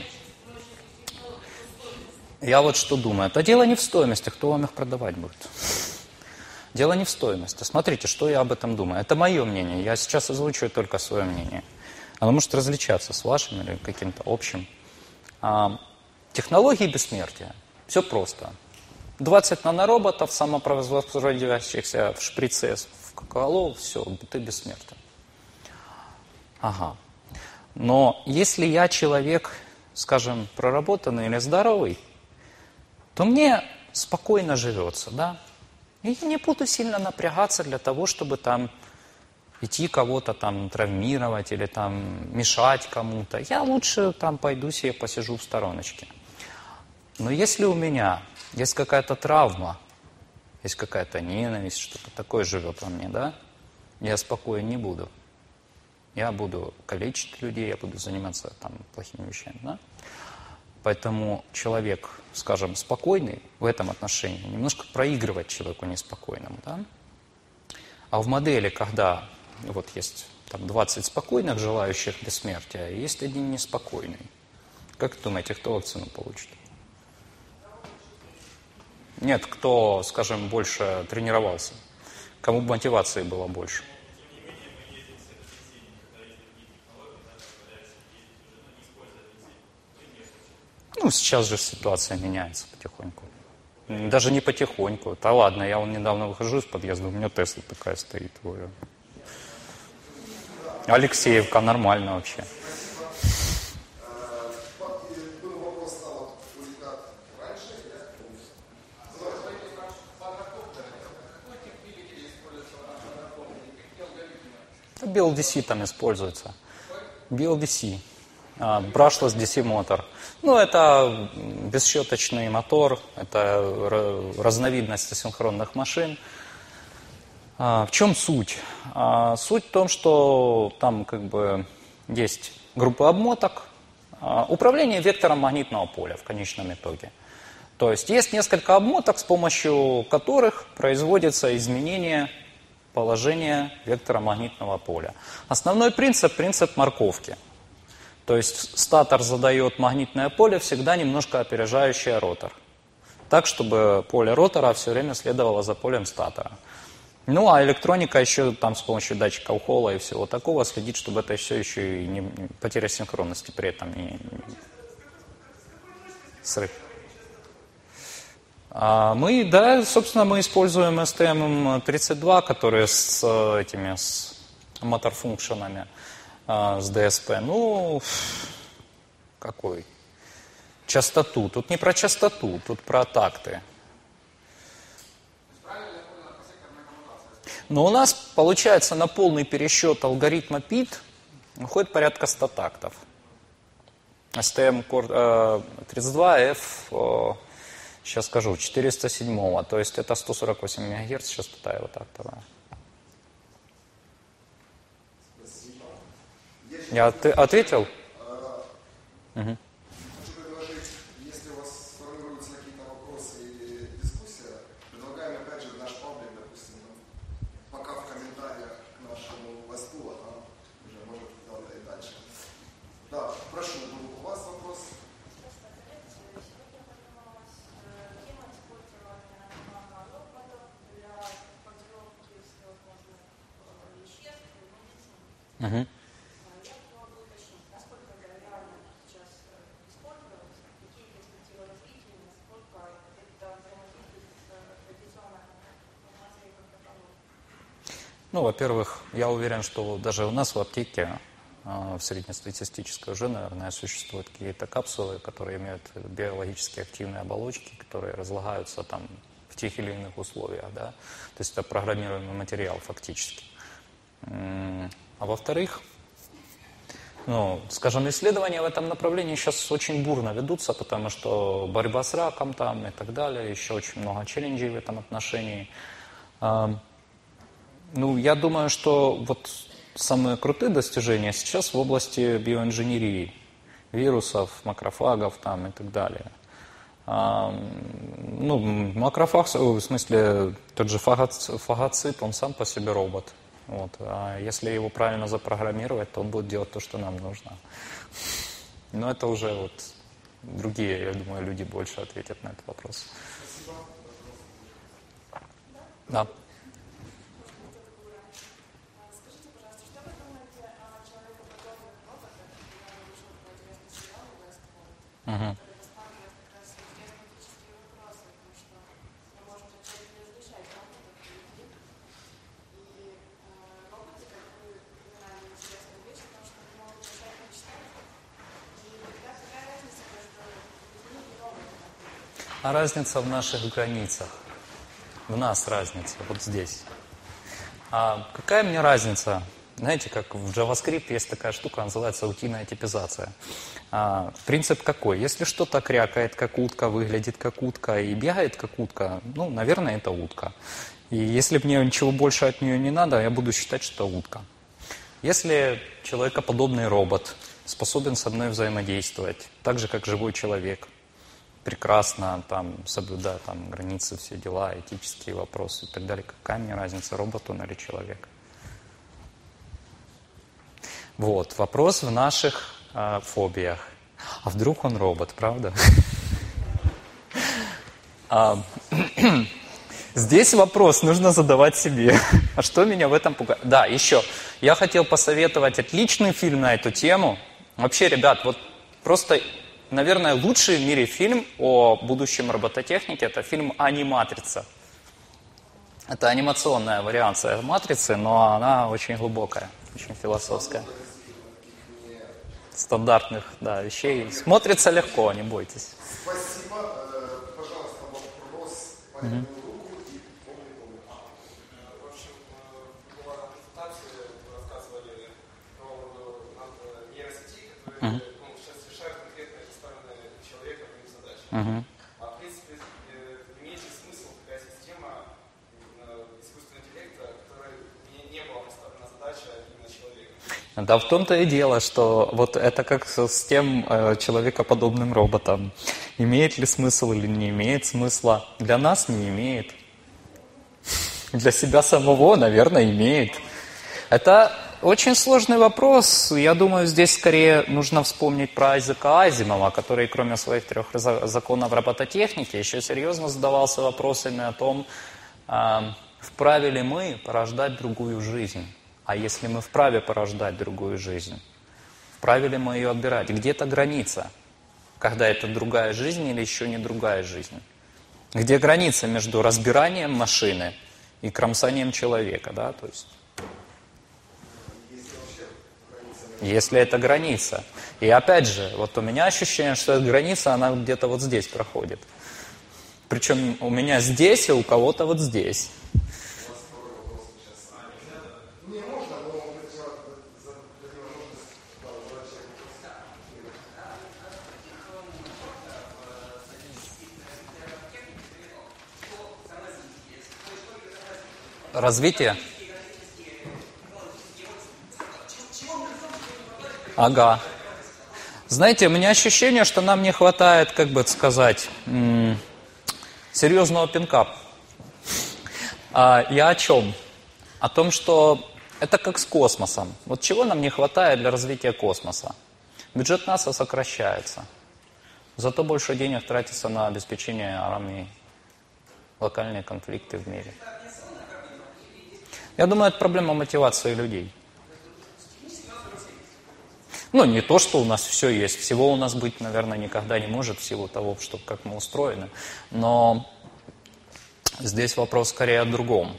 Speaker 1: Я вот что думаю. Это дело не в стоимости, кто вам их продавать будет. Дело не в стоимости. Смотрите, что я об этом думаю. Это мое мнение. Я сейчас озвучиваю только свое мнение. Оно может различаться с вашим или каким-то общим. А, технологии бессмертия. Все просто. двадцать нанороботов, самопроизводящихся в шприце в кока-колу, все, ты бессмертен. Ага. Но если я человек, скажем, проработанный или здоровый, то мне спокойно живется, да? И я не буду сильно напрягаться для того, чтобы там идти кого-то там травмировать или там мешать кому-то. Я лучше там пойду себе посижу в стороночке. Но если у меня есть какая-то травма, есть какая-то ненависть, что-то такое живет во мне, да, я спокоен не буду. Я буду калечить людей, я буду заниматься там плохими вещами, да. Поэтому человек, скажем, спокойный в этом отношении немножко проигрывает человеку неспокойному, да. А в модели, когда вот есть там двадцать спокойных, желающих бессмертия, и есть один неспокойный, как думаете, кто вакцину получит? Нет, кто, скажем, больше тренировался, кому мотивации было больше. Ну, сейчас же ситуация меняется потихоньку. Даже не потихоньку. Да ладно, я вон недавно выхожу из подъезда, у меня Тесла такая стоит. Ой. Алексеевка, нормально вообще. би эл ди си там используется. би эл ди си. Brushless ди си мотор. Ну, это бесщеточный мотор, это разновидность асинхронных машин. В чем суть? Суть в том, что там как бы есть группа обмоток, управление вектором магнитного поля в конечном итоге. То есть есть несколько обмоток, с помощью которых производится изменение положения вектора магнитного поля. Основной принцип – принцип морковки. То есть статор задает магнитное поле, всегда немножко опережающее ротор. Так, чтобы поле ротора все время следовало за полем статора. Ну, а электроника еще там с помощью датчика Холла и всего такого следит, чтобы это все еще и не, потеря синхронности при этом не, не срыв. А мы, да, собственно, мы используем эс ти эм тридцать два, который с этими, с мотор-функшенами, с ди эс пи. Ну, какой? Частоту. Тут не про частоту, тут про такты. Но у нас, получается, на полный пересчет алгоритма пит уходит порядка ста тактов. эс ти эм тридцать два эф, сейчас скажу, четыреста семь, то есть это сто сорок восемь мегагерц, частота его тактовая. Я ты ответил? Угу.
Speaker 2: Хочу предложить, если у вас сформируются какие-то вопросы или дискуссия, предлагаем опять же наш паблик, допустим, пока в комментариях к нашему посту, а там уже может куда-то и дальше. Да, прошу, у вас вопрос?
Speaker 1: Угу. Ну, во-первых, я уверен, что даже у нас в аптеке, в среднестатистической уже, наверное, существуют какие-то капсулы, которые имеют биологически активные оболочки, которые разлагаются там в тех или иных условиях, да. То есть это программируемый материал фактически. А во-вторых, ну, скажем, исследования в этом направлении сейчас очень бурно ведутся, потому что борьба с раком там и так далее, еще очень много челленджей в этом отношении. Ну, я думаю, что вот самые крутые достижения сейчас в области биоинженерии, вирусов, макрофагов там и так далее. А, ну, макрофаг, в смысле, тот же фагоцит, фагоцит, он сам по себе робот. Вот. А если его правильно запрограммировать, то он будет делать то, что нам нужно. Но это уже вот другие, я думаю, люди больше ответят на этот вопрос.
Speaker 2: Спасибо.
Speaker 1: Да.
Speaker 3: Скажите, пожалуйста, что вы думаете о человекоподобных роботах, которые вышел по известный сериал Westworld,
Speaker 1: Угу.
Speaker 3: который рассматривает как раз геополитические вопросы, потому что мы можем начать не различать роботов и людей. И э, роботы, как вы упоминали, интересная вещь, потому что они могут начать мечтать. И тогда какая разница между людьми и роботами?
Speaker 1: А разница в наших границах. В нас разница, вот здесь. А какая мне разница? Знаете, как в JavaScript есть такая штука, называется утиная типизация. А, принцип какой? Если что-то крякает, как утка, выглядит как утка и бегает, как утка, ну, наверное, это утка. И если мне ничего больше от нее не надо, я буду считать, что это утка. Если человекоподобный робот способен со мной взаимодействовать, так же, как живой человек, прекрасно там, соблюдая там, границы, все дела, этические вопросы и так далее, какая мне разница, робот он или человек? Вот, вопрос в наших э, фобиях. А вдруг он робот, правда? Здесь вопрос нужно задавать себе. А что меня в этом пугает? Да, еще. Я хотел посоветовать отличный фильм на эту тему. Вообще, ребят, вот просто, наверное, лучший в мире фильм о будущем робототехники – это фильм «Аниматрица». Это анимационная вариация «Матрицы», но она очень глубокая, очень философская. Стандартных, да, вещей. Смотрится легко, не бойтесь.
Speaker 2: Спасибо. Э, Пожалуйста, вопрос. Поднимите руку и помните, помните.
Speaker 6: В общем, была презентация, вы рассказывали про над нейросети, которые ну, сейчас решают конкретно поставленные человеком их задачи.
Speaker 1: Мгм.
Speaker 6: А в принципе, э, имеет ли смысл такая система э, искусственного интеллекта, которой не, не была поставлена задача именно человека?
Speaker 1: Да в том-то и дело, что вот это как с с тем э, человекоподобным роботом. Имеет ли смысл или не имеет смысла? Для нас не имеет. Для себя самого, наверное, имеет. Это очень сложный вопрос. Я думаю, здесь скорее нужно вспомнить про Айзека Азимова, который, кроме своих трех за- законов робототехники, еще серьезно задавался вопросами о том, э, вправе ли мы порождать другую жизнь. А если мы вправе порождать другую жизнь, вправе ли мы ее отбирать? Где-то граница, когда это другая жизнь или еще не другая жизнь. Где граница между разбиранием машины и кромсанием человека, да, то есть. Если это граница. И опять же, вот у меня ощущение, что эта граница, она где-то вот здесь проходит. Причем у меня здесь, и у кого-то вот здесь. Развитие? Ага. Знаете, у меня ощущение, что нам не хватает, как бы сказать, м- серьезного пинка. А я о чем? О том, что это как с космосом. Вот чего нам не хватает для развития космоса? Бюджет НАСА сокращается. Зато больше денег тратится на обеспечение армии, локальные конфликты в мире. Я думаю, это проблема мотивации людей. Ну, не то, что у нас все есть. Всего у нас быть, наверное, никогда не может в силу того, что, как мы устроены. Но здесь вопрос скорее о другом.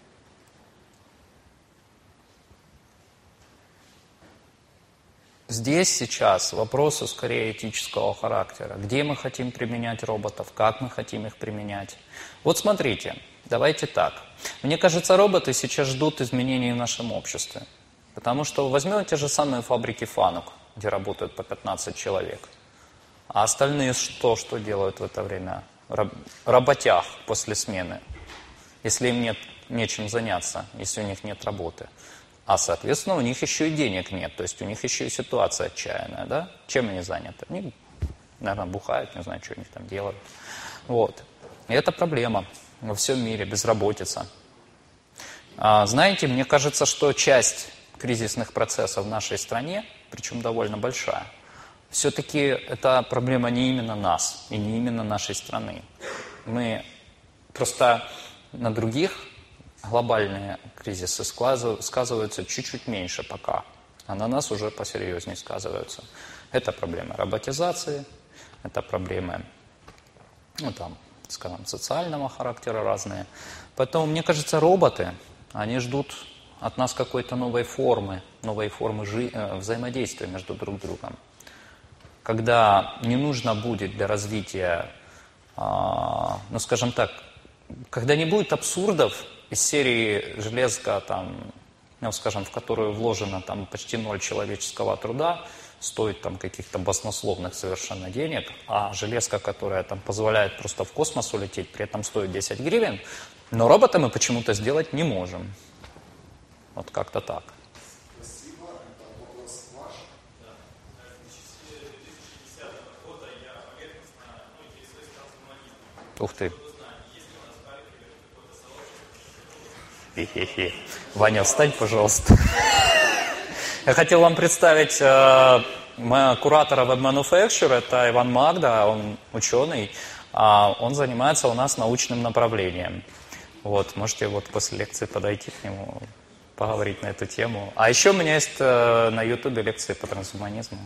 Speaker 1: Здесь сейчас вопросы скорее этического характера. Где мы хотим применять роботов, как мы хотим их применять. Вот смотрите, давайте так. Мне кажется, роботы сейчас ждут изменений в нашем обществе. Потому что возьмем те же самые фабрики Фанук, где работают по пятнадцать человек. А остальные что, что делают в это время? Раб- работяг после смены. если им нет нечем заняться, если у них нет работы. А, соответственно, у них еще и денег нет, то есть у них еще и ситуация отчаянная, да? Чем они заняты? Они, наверное, бухают, не знаю, что они там делают. Вот. И это проблема во всем мире, безработица. А, знаете, мне кажется, что часть кризисных процессов в нашей стране, причем довольно большая, все-таки это проблема не именно нас и не именно нашей страны. Мы просто на других глобальные кризисы сказываются чуть-чуть меньше пока, а на нас уже посерьезнее сказываются. Это проблемы роботизации, это проблемы, ну, там, скажем, социального характера разные. Поэтому, мне кажется, роботы, они ждут от нас какой-то новой формы, новой формы жи- взаимодействия между друг другом. Когда не нужно будет для развития, а, ну, скажем так, когда не будет абсурдов из серии железка, там, ну, скажем, в которую вложено там почти ноль человеческого труда, стоит там каких-то баснословных совершенно денег, а железка, которая там позволяет просто в космос улететь, при этом стоит десять гривен, но робота мы почему-то сделать не можем. Вот как-то так.
Speaker 2: Спасибо. Это вопрос ваш.
Speaker 1: Ух ты. Хе-хе-хе. Ваня, встань, пожалуйста. Я хотел вам представить э, моего куратора Web Manufacture, это Иван Магда, он ученый, а он занимается у нас научным направлением. Вот, можете вот после лекции подойти к нему, поговорить на эту тему. А еще у меня есть э, на ютубе лекции по трансгуманизму.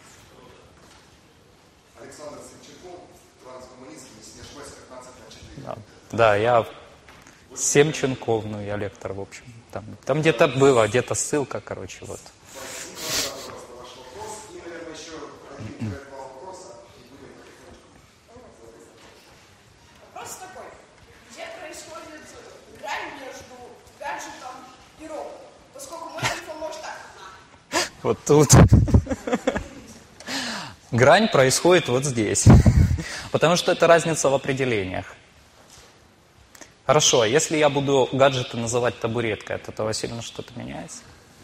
Speaker 2: Александр Симчаков, трансгуманизм, если не ошибаюсь, пятнадцать на четыре.
Speaker 1: Да, да, я Семченков, ну я лектор, в общем. Там, там где-то было, где-то ссылка, короче, вот.
Speaker 2: Спасибо, пожалуйста, ваш вопрос. И, наверное, еще один-два вопроса, и будем потихонечку.
Speaker 3: Вопрос такой. Где происходит грань между гаджетом и роботом? Поскольку мой телефон может так.
Speaker 1: Вот тут. Грань происходит вот здесь. Потому что это разница в определениях. Хорошо, а если я буду гаджеты называть табуреткой, от этого сильно что-то меняется?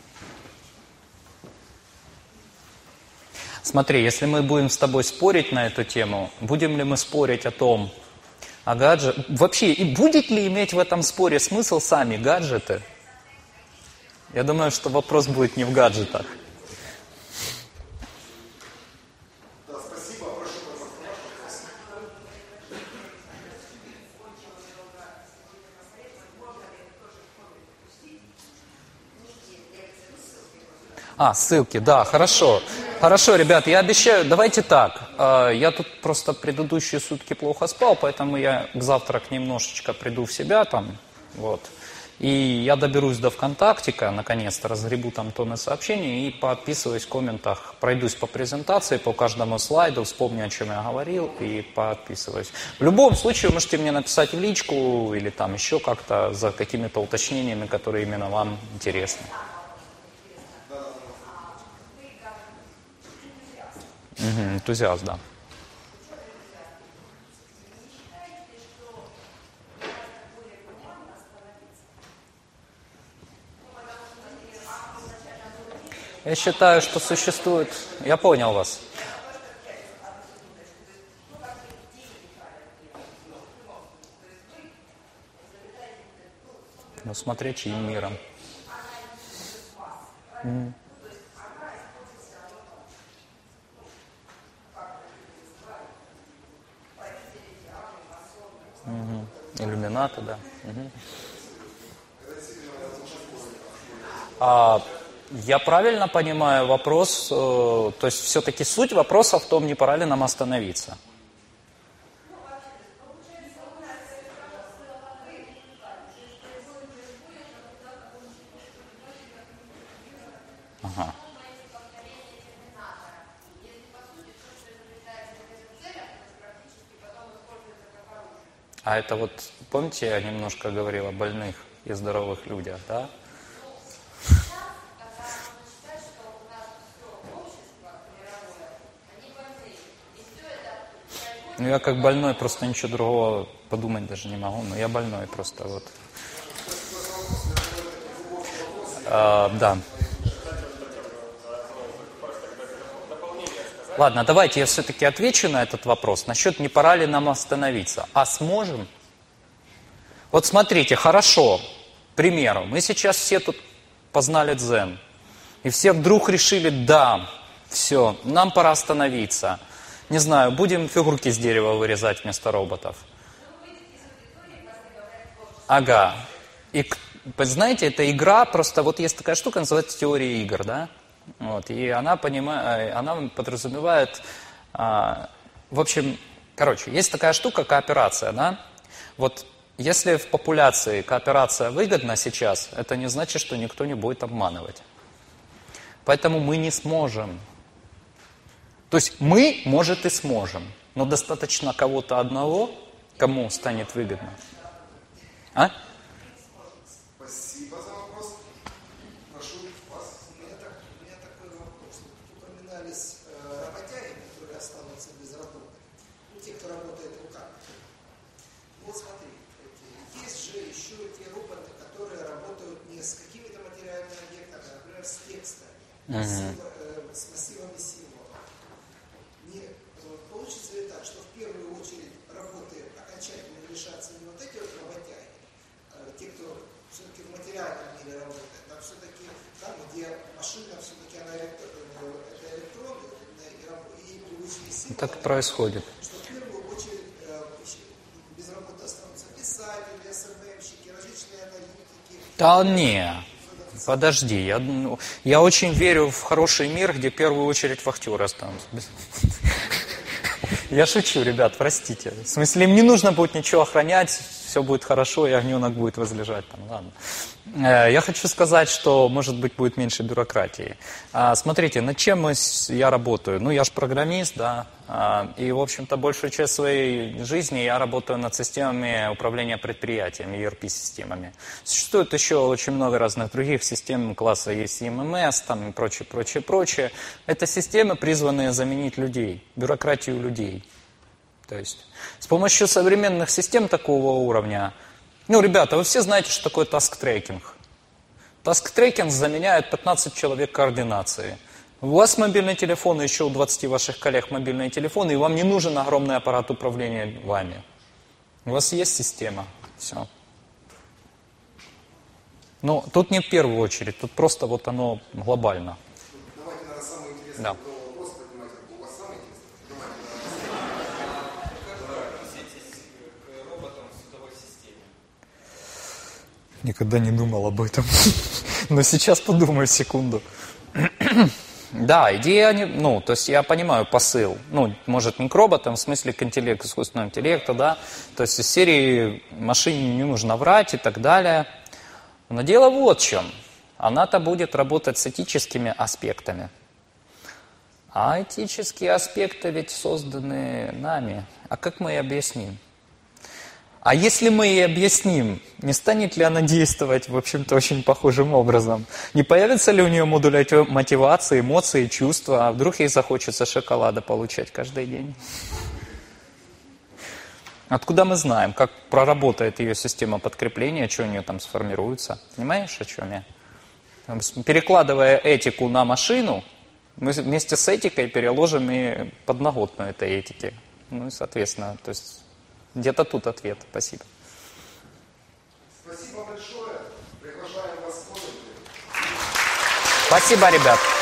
Speaker 1: Смотри, если мы будем с тобой спорить на эту тему, будем ли мы спорить о том, а гаджет... Вообще, и будет ли иметь в этом споре смысл сами гаджеты? Я думаю, что вопрос будет не в гаджетах.
Speaker 2: Да, спасибо. Прошу вас, ваш вопрос.
Speaker 1: А, ссылки, да, хорошо. Хорошо, ребят, я обещаю, давайте так. Я тут просто предыдущие сутки плохо спал, поэтому я к завтрак немножечко приду в себя там, вот. И я доберусь до ВКонтактика, наконец-то разгребу там тонны сообщений и подписываюсь в комментах, пройдусь по презентации, по каждому слайду, вспомню, о чем я говорил, и подписываюсь. В любом случае, вы можете мне написать в личку или там еще как-то за какими-то уточнениями, которые именно вам интересны. Угу, энтузиаст, да. Я считаю, что существует... Я понял вас. Ну, смотря чьим миром. М. Угу. Иллюминаты, да. Угу. А, я правильно понимаю вопрос, э, то есть все-таки суть вопроса в том, не пора ли нам остановиться? Ага. А это вот, помните, я немножко говорил о больных и здоровых людях, да? Ну, я как больной просто ничего другого подумать даже не могу. Но я больной просто вот. А, да. Ладно, давайте я все-таки отвечу на этот вопрос. Насчет не пора ли нам остановиться. А сможем? Вот смотрите, хорошо. К примеру, мы сейчас все тут познали дзен. И все вдруг решили, да, все, нам пора остановиться. Не знаю, будем фигурки с дерева вырезать вместо роботов. Ага. И, знаете, это игра, просто вот есть такая штука, называется теория игр, да? Вот, и она, понимает, она подразумевает, а, в общем, короче, есть такая штука, кооперация, да? Вот если в популяции кооперация выгодна сейчас, это не значит, что никто не будет обманывать. Поэтому мы не сможем. То есть мы, может, и сможем, но достаточно кого-то одного, кому станет выгодно. А?
Speaker 2: Спасибо за вопрос. Прошу вас.
Speaker 7: У меня, так, у меня такой вопрос. Тут упоминались э, работяги, которые останутся без работы. Ну, те, кто работает руками. Вот смотри, эти, есть же еще те роботы, которые работают не с какими-то материальными объектами, а, например, с текстами,
Speaker 1: Uh-huh.
Speaker 7: с, э, с массивами символов. Не, э, получится ли так, что в первую очередь работы окончательно лишатся не вот эти вот работяги, э, те, кто все-таки в материальном мире работает, а все-таки там, где машина все-таки она электро, это электроны и, и привычные символы.
Speaker 1: Так и происходит.
Speaker 7: Что в первую очередь э, без работы останутся писатели, эс эм эм-щики, различные аналитики.
Speaker 1: Да не, подожди, я, ну, я очень верю в хороший мир, где в первую очередь вахтеры останутся. Я шучу, ребят, простите. В смысле, им не нужно будет ничего охранять, все будет хорошо, и огненок будет возлежать там, ладно. Я хочу сказать, что, может быть, будет меньше бюрократии. Смотрите, над чем мы, я работаю? Ну, я же программист, да, и, в общем-то, большую часть своей жизни я работаю над системами управления предприятиями, и эр пи-системами. Существует еще очень много разных других систем класса, есть эм эм эс, там, и прочее, прочее, прочее. Это системы, призванные заменить людей, бюрократию людей. То есть с помощью современных систем такого уровня, ну, ребята, вы все знаете, что такое таск-трекинг. Таск-трекинг заменяет пятнадцать человек координации. У вас мобильный телефон, еще у двадцати ваших коллег мобильные телефоны, и вам не нужен огромный аппарат управления вами. У вас есть система, все. Но тут не в первую очередь, тут просто вот оно глобально.
Speaker 2: Давайте, наверное, самый интересный
Speaker 1: Да.
Speaker 2: вопрос поднимайте. У вас самый интересный?
Speaker 8: К роботам в судовой системе.
Speaker 1: Никогда не думал об этом. Но сейчас подумаю секунду. Да, идея, не, ну, то есть я понимаю посыл. Ну, может, не к роботам, в смысле к интеллекту, к искусственному интеллекту, да. То есть из серии машине не нужно врать и так далее. Но дело вот в чем. Она-то будет работать с этическими аспектами. А этические аспекты ведь созданы нами. А как мы и объясним? А если мы и объясним, не станет ли она действовать, в общем-то, очень похожим образом? Не появится ли у нее модуль мотивации, эмоции, чувства? А вдруг ей захочется шоколада получать каждый день? Откуда мы знаем, как проработает ее система подкрепления, что у нее там сформируется? Понимаешь, о чем я? Перекладывая этику на машину, мы вместе с этикой переложим и подноготную этой этики. Ну и, соответственно, то есть где-то тут ответ. Спасибо.
Speaker 2: Спасибо большое. Приглашаем вас в комнату.
Speaker 1: Спасибо, ребят.